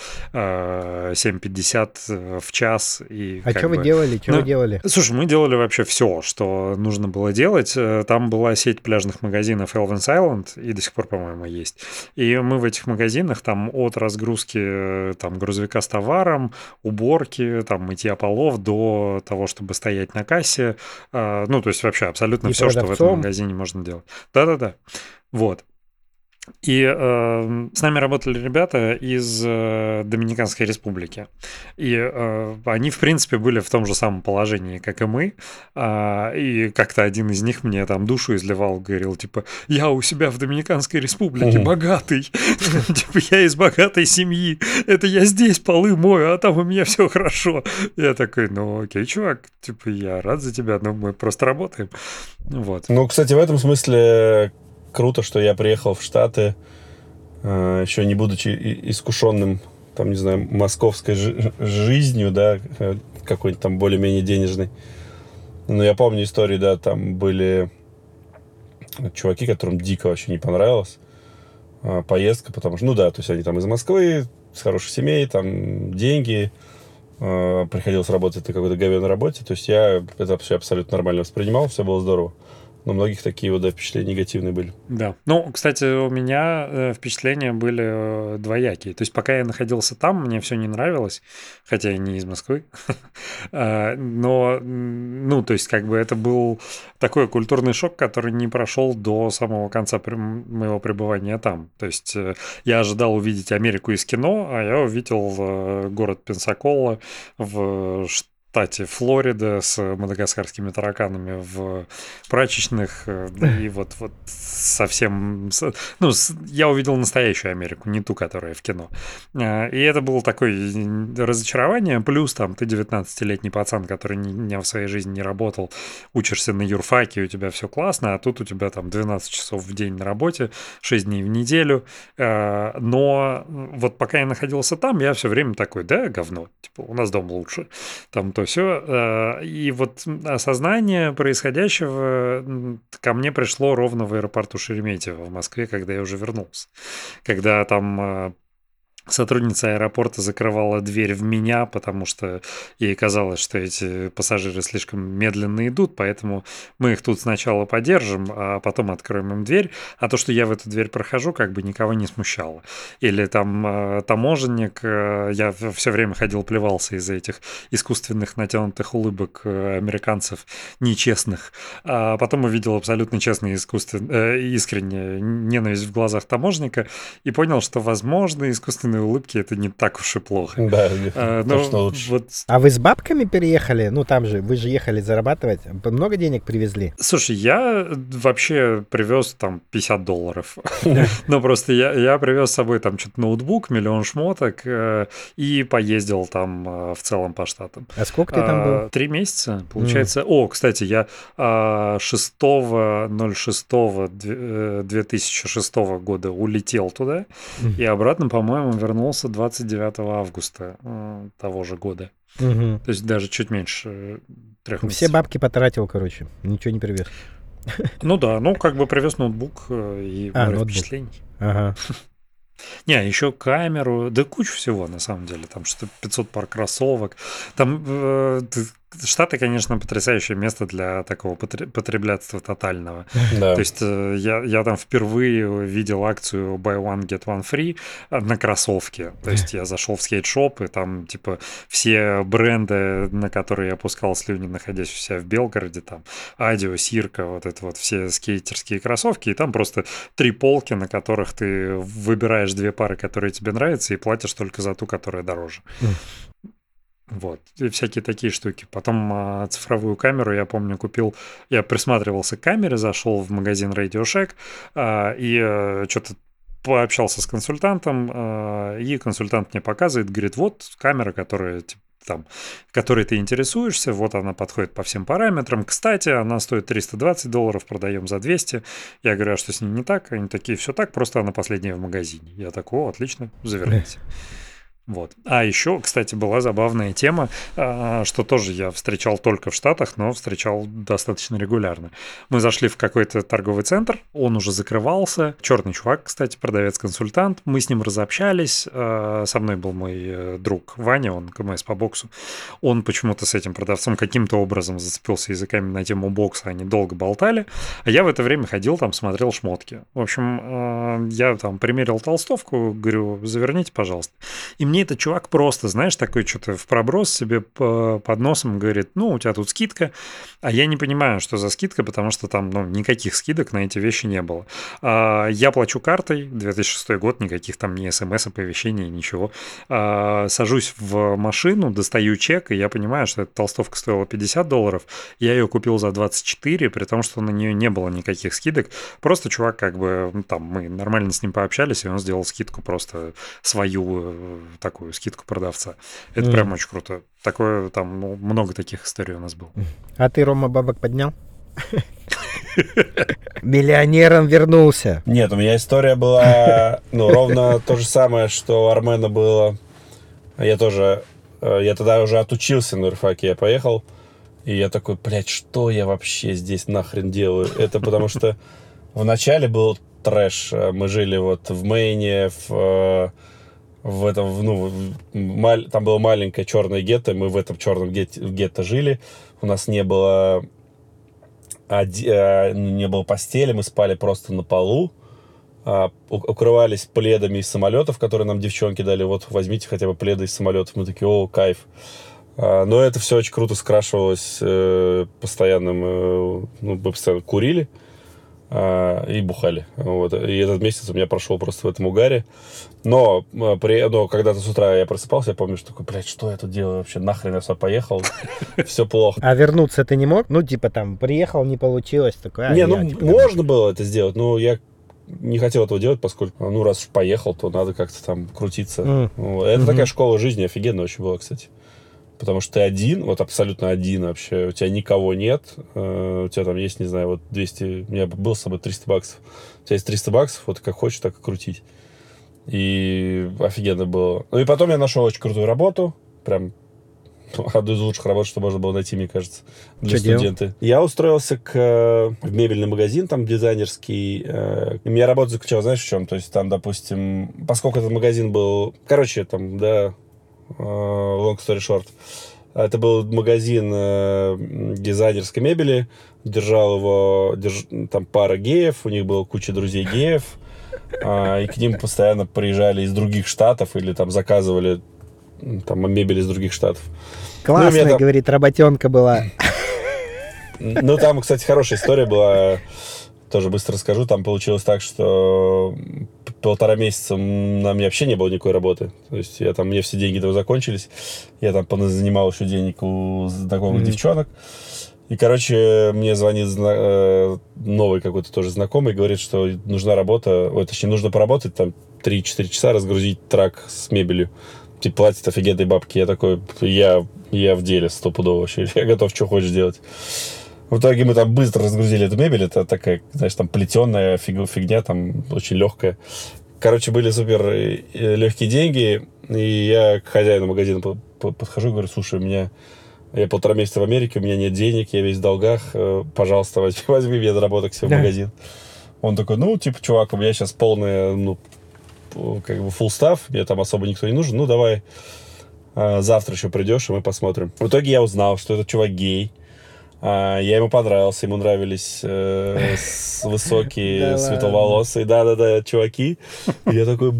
S1: 7,50 в час. И
S2: А
S1: как
S2: что вы
S1: бы...
S2: делали? Что
S1: Ну,
S2: вы делали?
S1: Слушай, мы делали вообще все, что нужно было делать. Там была сеть пляжных магазинов Elvin's Island, и до сих пор, по-моему, есть. И мы в этих магазинах там от разгрузки там, грузовика с товаром, уборки, там, мытья полов до того, чтобы стоять на кассе. Ну, то есть вообще абсолютно
S2: И
S1: все, что в этом
S2: продавцом?
S1: магазине можно делать. Да-да-да. Вот. И с нами работали ребята из Доминиканской республики. И они, в принципе, были в том же самом положении, как и мы. И как-то один из них мне там душу изливал, говорил, типа, я у себя в Доминиканской республике богатый. Типа, я из богатой семьи. Это я здесь полы мою, а там у меня все хорошо. Я такой, ну окей, чувак, типа, я рад за тебя, но мы просто работаем. Вот.
S3: Ну, кстати, в этом смысле круто, что я приехал в Штаты, еще не будучи искушенным, там, не знаю, московской жизнью, да, какой-нибудь там более-менее денежной. Но я помню истории, да, там были чуваки, которым дико вообще не понравилась поездка, потому что, ну да, то есть они там из Москвы, с хороших семей, там деньги, приходилось работать на какой-то говёной работе, то есть я это вообще абсолютно нормально воспринимал, все было здорово. Но у многих такие вот, да, впечатления негативные были.
S1: Да. Ну, кстати, у меня впечатления были двоякие. То есть, пока я находился там, мне все не нравилось, хотя я не из Москвы. Но, ну, то есть, как бы это был такой культурный шок, который не прошел до самого конца моего пребывания там. То есть, я ожидал увидеть Америку из кино, а я увидел город Пенсакола в штате Флорида с мадагаскарскими тараканами в прачечных, и вот совсем... Ну, я увидел настоящую Америку, не ту, которая в кино. И это было такое разочарование, плюс там ты 19-летний пацан, который ни в своей жизни не работал, учишься на юрфаке, у тебя все классно, а тут у тебя там 12 часов в день на работе, 6 дней в неделю. Но вот пока я находился там, я все время такой, да, говно, типа, у нас дом лучше. Там то все. И вот осознание происходящего ко мне пришло ровно в аэропорту Шереметьево в Москве, когда я уже вернулся. Когда там сотрудница аэропорта закрывала дверь в меня, потому что ей казалось, что эти пассажиры слишком медленно идут, поэтому мы их тут сначала подержим, а потом откроем им дверь. А то, что я в эту дверь прохожу, как бы никого не смущало. Или там таможенник, я все время ходил, плевался из-за этих искусственных натянутых улыбок американцев нечестных. А потом увидел абсолютно честную искреннюю ненависть в глазах таможенника и понял, что, возможно, искусственные улыбки это не так уж и плохо.
S3: Да, точно лучше.
S2: Вот... А вы с бабками переехали? Ну, там же, вы же ехали зарабатывать. Много денег привезли?
S1: Слушай, я вообще привез там $50. Ну, просто я привез с собой там что-то ноутбук, миллион шмоток и поездил там в целом по штатам.
S2: А сколько ты там был?
S1: 3 месяца, получается. О, кстати, я 6.06.2006 года улетел туда и обратно, по-моему, вернулся 29 августа того же года. То есть даже чуть меньше 3 месяцев.
S2: Все бабки потратил, короче. Ничего не привез.
S1: Ну да, ну как бы привез ноутбук и море впечатлений.
S2: Ага.
S1: Не, еще камеру, да кучу всего на самом деле. Там что-то 500 пар кроссовок. Там Штаты, конечно, потрясающее место для такого потреблятства тотального.
S3: Да.
S1: То есть я там впервые видел акцию Buy One, Get One Free на кроссовке. То есть я зашел в скейт-шоп, и там типа все бренды, на которые я пускал слюни, находясь у себя в Белгороде, там Адио, Сирка, вот это вот все скейтерские кроссовки, и там просто 3 полки, на которых ты выбираешь 2 пары, которые тебе нравятся, и платишь только за ту, которая дороже. Вот, и всякие такие штуки. Потом цифровую камеру, я помню, купил, я присматривался к камере, зашел в магазин Radio Shack и что-то пообщался с консультантом, и консультант мне показывает, говорит, вот камера, которая там, которой ты интересуешься, вот она подходит по всем параметрам. Кстати, она стоит $320, продаем за 200. Я говорю, а что с ней не так? Они такие, все так, просто она последняя в магазине. Я такой, о, отлично, заверните. Вот. А еще, кстати, была забавная тема, что тоже я встречал только в Штатах, но встречал достаточно регулярно. Мы зашли в какой-то торговый центр, он уже закрывался. Черный чувак, кстати, продавец-консультант. Мы с ним разобщались. Со мной был мой друг Ваня, он КМС по боксу. Он почему-то с этим продавцом каким-то образом зацепился языками на тему бокса. Они долго болтали. А я в это время ходил там, смотрел шмотки. В общем, я там примерил толстовку, говорю, заверните, пожалуйста. И мне этот чувак просто, знаешь, такой что-то в проброс себе под носом говорит, ну, у тебя тут скидка, а я не понимаю, что за скидка, потому что там, ну, никаких скидок на эти вещи не было. Я плачу картой, 2006 год, никаких там ни смс, оповещений, ничего. Сажусь в машину, достаю чек, и я понимаю, что эта толстовка стоила $50, я ее купил за 24, при том, что на нее не было никаких скидок, просто чувак как бы, там, мы нормально с ним пообщались, и он сделал скидку просто свою, такую скидку продавца. Это прям очень круто. Такое там, ну, много таких историй у нас было.
S2: А ты, Рома, бабок поднял? Миллионером вернулся.
S3: Нет, у меня история была, ну, ровно то же самое, что у Армена было. Я тогда уже отучился на юрфаке, я поехал, и я такой, блядь, что я вообще здесь нахрен делаю? Это потому что вначале был трэш. Мы жили вот в Мэйне, в этом, ну, там было маленькое черное гетто, мы в этом черном гетто жили, у нас не было постели, мы спали просто на полу, укрывались пледами из самолетов, которые нам девчонки дали, вот возьмите хотя бы пледы из самолетов, мы такие, о, кайф. Но это все очень круто скрашивалось постоянным, ну, мы постоянно курили и бухали. Вот. И этот месяц у меня прошел просто в этом угаре. Но когда-то с утра я просыпался, я помню, что такой, блядь, что я тут делаю вообще? Нахрен я сюда поехал? Все плохо.
S2: А вернуться ты не мог? Ну, типа там, приехал, не получилось. Такой,
S3: можно было это сделать, но я не хотел этого делать, поскольку, ну, раз уж поехал, то надо как-то там крутиться. Это такая школа жизни, офигенно очень была, кстати. Потому что ты один, вот абсолютно один вообще, у тебя никого нет, у тебя там есть, не знаю, вот 200, у меня было с собой $300. У тебя есть $300, вот как хочешь, так и крутить. И офигенно было. Ну и потом я нашел очень крутую работу, прям одну из лучших работ, что можно было найти, мне кажется, для
S2: Что делал?
S3: студента. Я устроился в мебельный магазин, там дизайнерский. И у меня работа заключалась, знаешь, в чем? То есть там, допустим, поскольку этот магазин был... Короче, там, да, long story short. Это был магазин дизайнерской мебели. Держал его там пара геев, у них была куча друзей геев. И к ним постоянно приезжали из других штатов или там заказывали там мебель из других штатов.
S2: Классная,
S3: там...
S2: говорит, работенка была.
S3: Ну, там, кстати, хорошая история была. Тоже быстро расскажу. Там получилось так, что 1,5 месяца на мне вообще не было никакой работы. То есть мне все деньги там закончились. Я там занимал еще денег у знакомых девчонок. И, короче, мне звонит новый какой-то тоже знакомый и говорит, что нужна работа, точнее, нужно поработать там 3-4 часа, разгрузить трак с мебелью. Типа, платят офигенные бабки. Я такой, я в деле стопудово вообще. Я готов, что хочешь делать. В итоге мы там быстро разгрузили эту мебель. Это такая, знаешь, там плетеная фигня, там очень легкая. Короче, были супер легкие деньги. И я к хозяину магазина подхожу и говорю, слушай, я 1,5 месяца в Америке, у меня нет денег, я весь в долгах. Пожалуйста, возьми меня заработать к себе в магазин. Он такой, чувак, у меня сейчас полная, как бы full staff, мне там особо никто не нужен. Давай завтра еще придешь, и мы посмотрим. В итоге я узнал, что этот чувак гей. Я ему понравился, ему нравились высокие, светловолосые, да, чуваки. И я такой,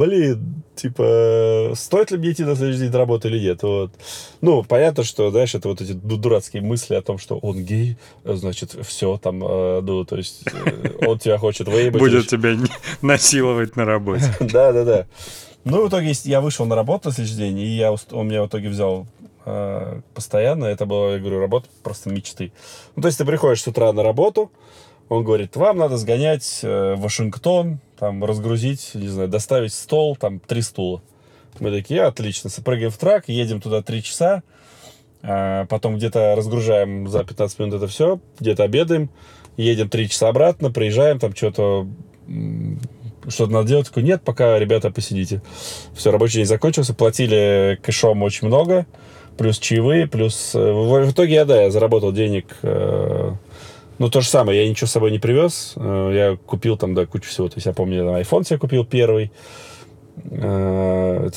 S3: стоит ли мне идти на следующий день работы или нет? Вот. Понятно, что, знаешь, это вот эти дурацкие мысли о том, что он гей, значит, все там, то есть он тебя хочет выебать.
S1: Будет тебя насиловать на работе.
S3: Да. В итоге я вышел на работу на следующий день, и он меня в итоге взял постоянно. Это была, я говорю, работа просто мечты. То есть ты приходишь с утра на работу, он говорит, вам надо сгонять в Вашингтон, там, разгрузить, не знаю, доставить стол, там, 3 стула. Мы такие, отлично, прыгаем в трак, едем туда 3 часа, потом где-то разгружаем за 15 минут это все, где-то обедаем, едем 3 часа обратно, приезжаем, там что-то надо делать. Такой, нет, пока, ребята, посидите. Все, рабочий день закончился, платили кэшом очень много, плюс чаевые, плюс... В итоге я заработал денег. То же самое, я ничего с собой не привез. Я купил там, кучу всего. То есть я помню, iPhone себе купил первый. Это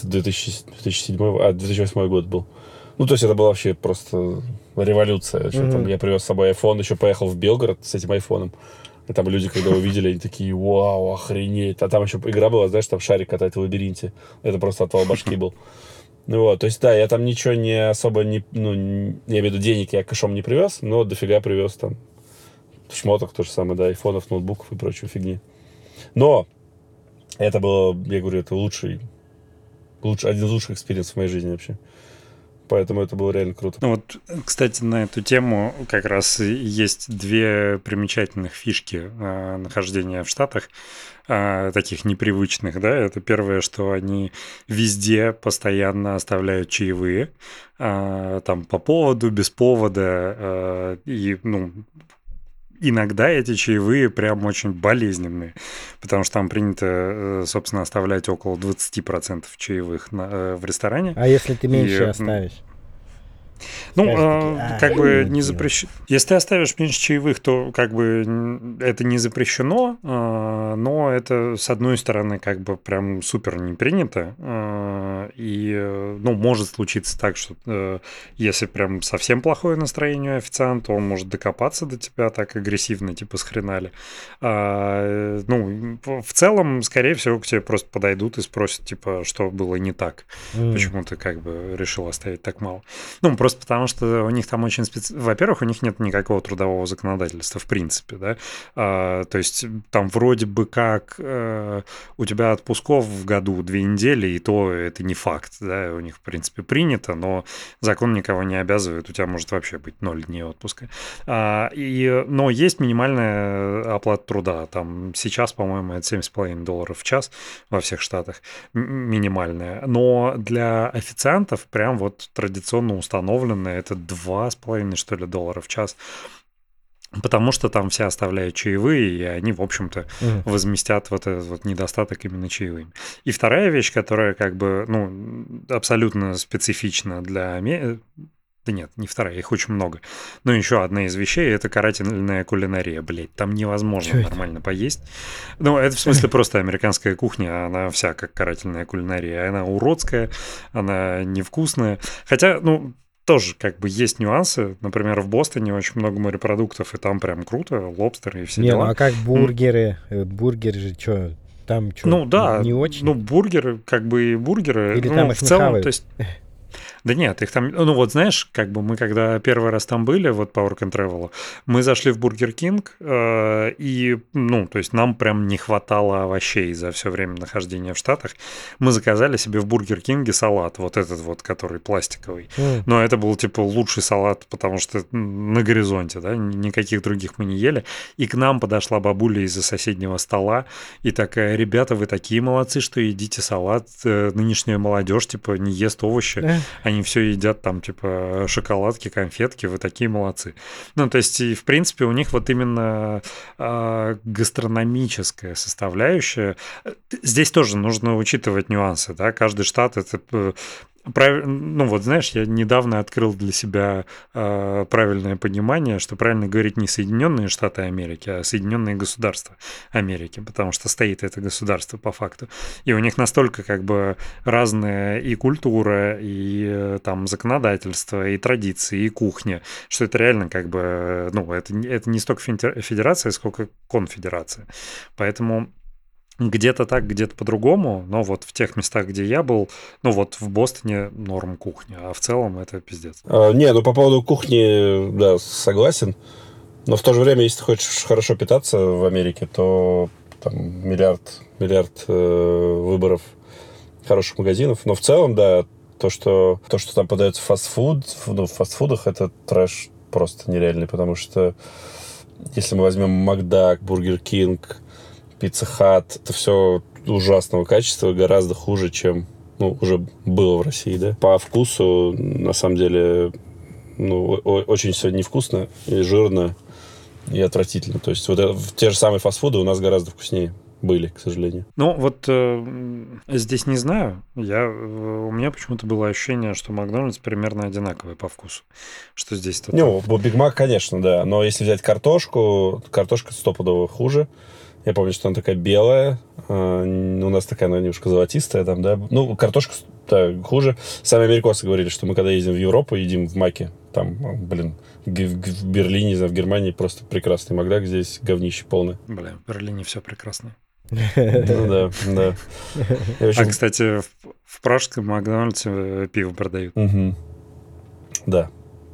S3: 2008 год был. То есть это была вообще просто революция. Там я привез с собой iPhone, еще поехал в Белгород с этим айфоном. И там люди, когда увидели, они такие, вау, охренеть. А там еще игра была, знаешь, там шарик катать в лабиринте. Это просто отвал башки был. То есть, да, я там ничего не особо, я имею в виду, денег я кэшом не привез, но дофига привез там шмоток, то же самое, да, айфонов, ноутбуков и прочей фигни. Но это было, я говорю, это один из лучших экспириенсов в моей жизни вообще. Поэтому это было реально круто.
S1: Кстати, на эту тему как раз есть 2 примечательных фишки нахождения в Штатах, таких непривычных, да. Это первое, что они везде постоянно оставляют чаевые, там по поводу, без повода, и, иногда эти чаевые прям очень болезненные, потому что там принято, собственно, оставлять около 20% чаевых в ресторане.
S2: А если ты меньше оставишь?
S1: Как бы не запрещено. Если ты оставишь меньше чаевых, то как бы это не запрещено, но это, с одной стороны, как бы прям супер не принято. И, может случиться так, что если прям совсем плохое настроение у официанта, он может докопаться до тебя так агрессивно, типа схренали. В целом, скорее всего, к тебе просто подойдут и спросят, типа, что было не так. Почему ты как бы решил оставить так мало. Просто потому, что у них там очень Во-первых, у них нет никакого трудового законодательства, в принципе, да. То есть там вроде бы как у тебя отпусков в году 2 недели, и то это не факт, да. У них, в принципе, принято, но закон никого не обязывает. У тебя может вообще быть 0 дней отпуска. Но есть минимальная оплата труда. Там сейчас, по-моему, это $7,5 в час во всех штатах. Минимальная. Но для официантов прям вот традиционно установлено это $2,5, что ли, в час. Потому что там все оставляют чаевые, и они, в общем-то, возместят вот этот вот недостаток именно чаевыми. И вторая вещь, которая как бы, абсолютно специфична для Да нет, не вторая, их очень много. Но еще одна из вещей — это карательная кулинария, блядь. Там невозможно
S2: Чё это?
S1: нормально поесть. Ну, это в смысле просто американская кухня, она вся как карательная кулинария. Она уродская, она невкусная. Хотя, ну, тоже как бы есть нюансы. Например, в Бостоне очень много морепродуктов, и там прям круто, лобстеры и все
S2: Не, ну
S1: дела.
S2: а как бургеры? Бургеры же что? Там что,
S1: Ну да,
S2: не очень?
S1: ну бургеры, как бы и бургеры,
S2: Или
S1: ну
S2: там
S1: в
S2: их не
S1: целом,
S2: хавают?
S1: то есть... Да нет, их там, ну вот знаешь, как бы мы когда первый раз там были, вот по Work and Travel, мы зашли в Бургер Кинг, и, ну, то есть нам прям не хватало овощей за все время нахождения в Штатах. Мы заказали себе в Бургер Кинге салат, вот этот вот, который пластиковый.
S2: М.
S1: Но это был, типа, лучший салат, потому что на горизонте, да, никаких других мы не ели. И к нам подошла бабуля из-за соседнего стола и такая: ребята, вы такие молодцы, что едите салат. Нынешняя молодежь, типа, не ест овощи. Они все едят там, типа, шоколадки, конфетки, вы такие молодцы. Ну, то есть, и, в принципе, у них вот именно гастрономическая составляющая. Здесь тоже нужно учитывать нюансы, да, каждый штат это... Ну вот знаешь, я недавно открыл для себя правильное понимание, что правильно говорить не Соединенные Штаты Америки, а Соединенные Государства Америки, потому что стоит это государство по факту. И у них настолько как бы разная и культура, и там законодательство, и традиции, и кухня, что это реально как бы, ну, это не столько федерация, сколько конфедерация. Поэтому где-то так, где-то по-другому, но вот в тех местах, где я был, ну вот в Бостоне норм кухня, а в целом это пиздец.
S3: Не, ну по поводу кухни, да, согласен. Но в то же время, если ты хочешь хорошо питаться в Америке, то там миллиард выборов хороших магазинов. Но в целом, да, то, что там подается фастфуд, ну, в фастфудах, это трэш просто нереальный, потому что если мы возьмем Макдак, Бургер Кинг, Пицца Хат, это все ужасного качества, гораздо хуже, чем, ну, уже было в России, да. По вкусу, на самом деле, ну, очень все невкусно и жирно, и отвратительно. То есть вот те же самые фастфуды у нас гораздо вкуснее были, к сожалению.
S1: Ну, вот здесь не знаю. У меня почему-то было ощущение, что Макдональдс примерно одинаковый по вкусу. Что здесь то.
S3: Ну, Биг Мак, конечно, да. Но если взять картошка стопудово хуже. Я помню, что она такая белая. У нас такая, она немножко золотистая там, да. Ну, картошка, да, хуже. Сами американцы говорили, что мы когда ездим в Европу, едим в Маке. Там, блин, в Берлине, не знаю, в Германии просто прекрасный Макдак. Здесь говнище полное.
S1: Бля, в Берлине все прекрасно.
S3: Ну да.
S1: А, кстати, в пражском Макдональдсе пиво продают.
S3: Да.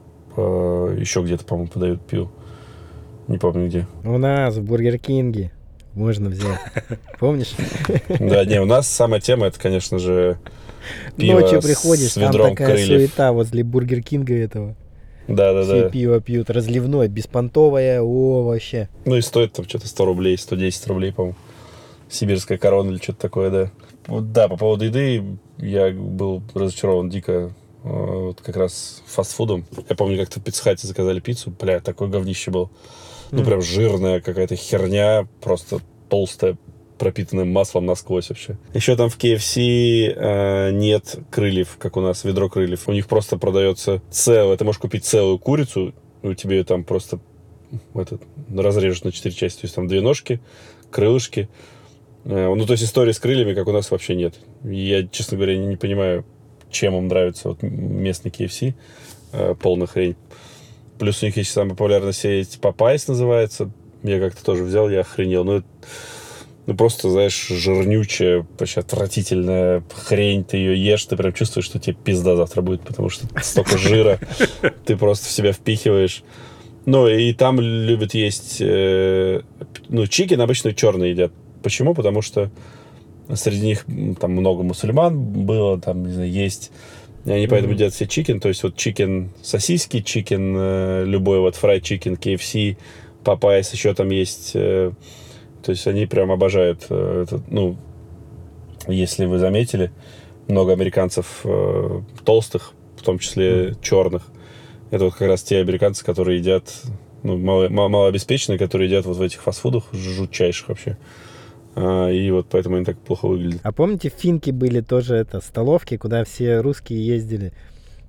S3: Еще где-то, по-моему, подают пиво. Не помню где.
S2: У нас в Бургер Кинге можно взять. Помнишь?
S3: Да, не, у нас самая тема, это, конечно же, пиво
S2: ночью приходишь,
S3: с
S2: там
S3: ведром
S2: такая
S3: крыльев.
S2: суета возле Бургер Кинга этого.
S3: Да.
S2: Все пиво пьют, разливное, беспонтовое, вообще.
S3: Ну и стоит там что-то 100 рублей, 110 рублей, по-моему. Сибирская корона или что-то такое, да. Вот, да, по поводу еды я был разочарован дико вот как раз фастфудом. Я помню, как-то в Пицца Хате заказали пиццу. Бля, такое говнище было. Ну, прям жирная какая-то херня, просто толстая, пропитанная маслом насквозь вообще. Еще там в KFC нет крыльев, как у нас, ведро крыльев. У них просто продается целое. Ты можешь купить целую курицу, и у тебя ее там просто разрежут на 4 части. То есть там 2 ножки, крылышки. Ну, то есть истории с крыльями, как у нас, вообще нет. Я, честно говоря, не понимаю, чем им нравится вот местный KFC. Полная хрень. Плюс у них есть самая популярная сеть Popeyes называется. Я как-то тоже взял, я охренел. Ну, просто, знаешь, жирнючая, вообще отвратительная хрень. Ты ее ешь, ты прям чувствуешь, что тебе пизда завтра будет, потому что столько жира ты просто в себя впихиваешь. Ну, и там любят есть... Ну, чикен обычно черный едят. Почему? Потому что среди них там много мусульман было, там, не знаю, есть... И они поэтому едят все чикен, то есть вот чикен сосиски, чикен любой, вот фрай чикен, KFC, Popeyes, еще там есть. То есть они прям обожают это. Ну, если вы заметили, много американцев толстых, в том числе черных. Это вот как раз те американцы, которые едят, ну, малообеспеченные, которые едят вот в этих фастфудах жутчайших вообще. И вот поэтому они так плохо выглядят.
S2: А помните, в Финке были тоже столовки, куда все русские ездили?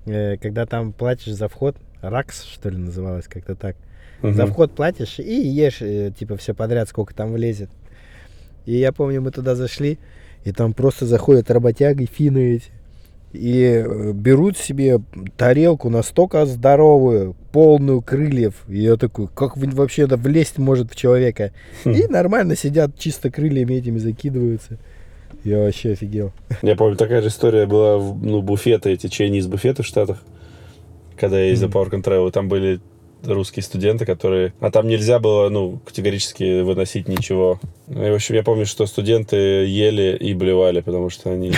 S2: когда там платишь за вход, РАКС, что ли, называлось, как-то так.
S3: Мгм.
S2: За вход платишь и ешь, типа, все подряд, сколько там влезет. И я помню, мы туда зашли, и там просто заходят работяги, финны эти, и берут себе тарелку настолько здоровую, полную крыльев. И я такой, как вообще это влезть может в человека? И нормально сидят, чисто крыльями этими закидываются. Я вообще офигел.
S3: Я помню, такая же история была, буфеты, эти Chinese буфеты в Штатах, когда я ездил по Work and Travel, там были русские студенты, которые... А там нельзя было, категорически выносить ничего. И, в общем, я помню, что студенты ели и блевали, потому что они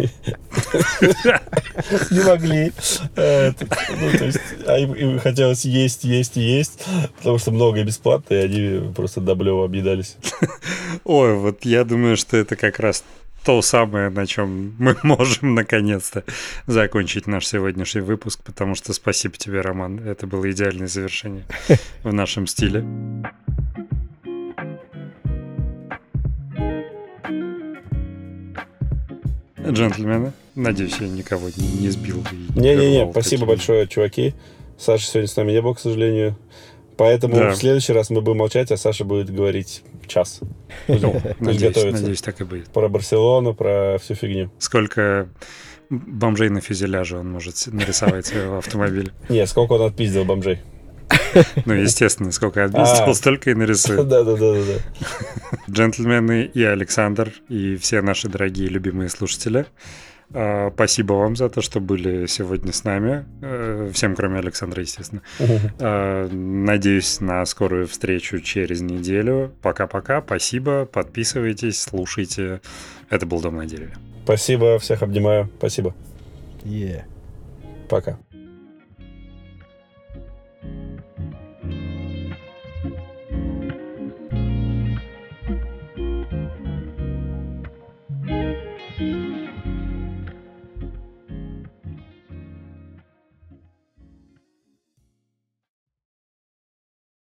S3: не могли. То есть, а им хотелось есть, потому что много и бесплатно, и они просто до блева объедались.
S1: Ой, вот я думаю, что это как раз то самое, на чем мы можем наконец-то закончить наш сегодняшний выпуск, потому что спасибо тебе, Роман. Это было идеальное завершение в нашем стиле. Джентльмены, надеюсь, я никого не сбил.
S3: Не-не-не, спасибо большое, чуваки. Саша сегодня с нами не был, к сожалению. Поэтому в следующий раз мы будем молчать, а Саша будет говорить час.
S1: Надеюсь, так и будет.
S3: Про Барселону, про всю фигню.
S1: Сколько бомжей на фюзеляже он может нарисовать своего автомобиля?
S3: Не, сколько он отпиздил бомжей.
S1: Ну, естественно, сколько отпиздил, столько и нарисует.
S3: Да.
S1: Джентльмены и Александр, и все наши дорогие любимые слушатели, спасибо вам за то, что были сегодня с нами. Всем, кроме Александра, естественно. Надеюсь на скорую встречу через неделю. Пока-пока. Спасибо. Подписывайтесь, слушайте. Это был «Дом на дереве».
S3: Спасибо. Всех обнимаю. Спасибо.
S2: Yeah.
S3: Пока.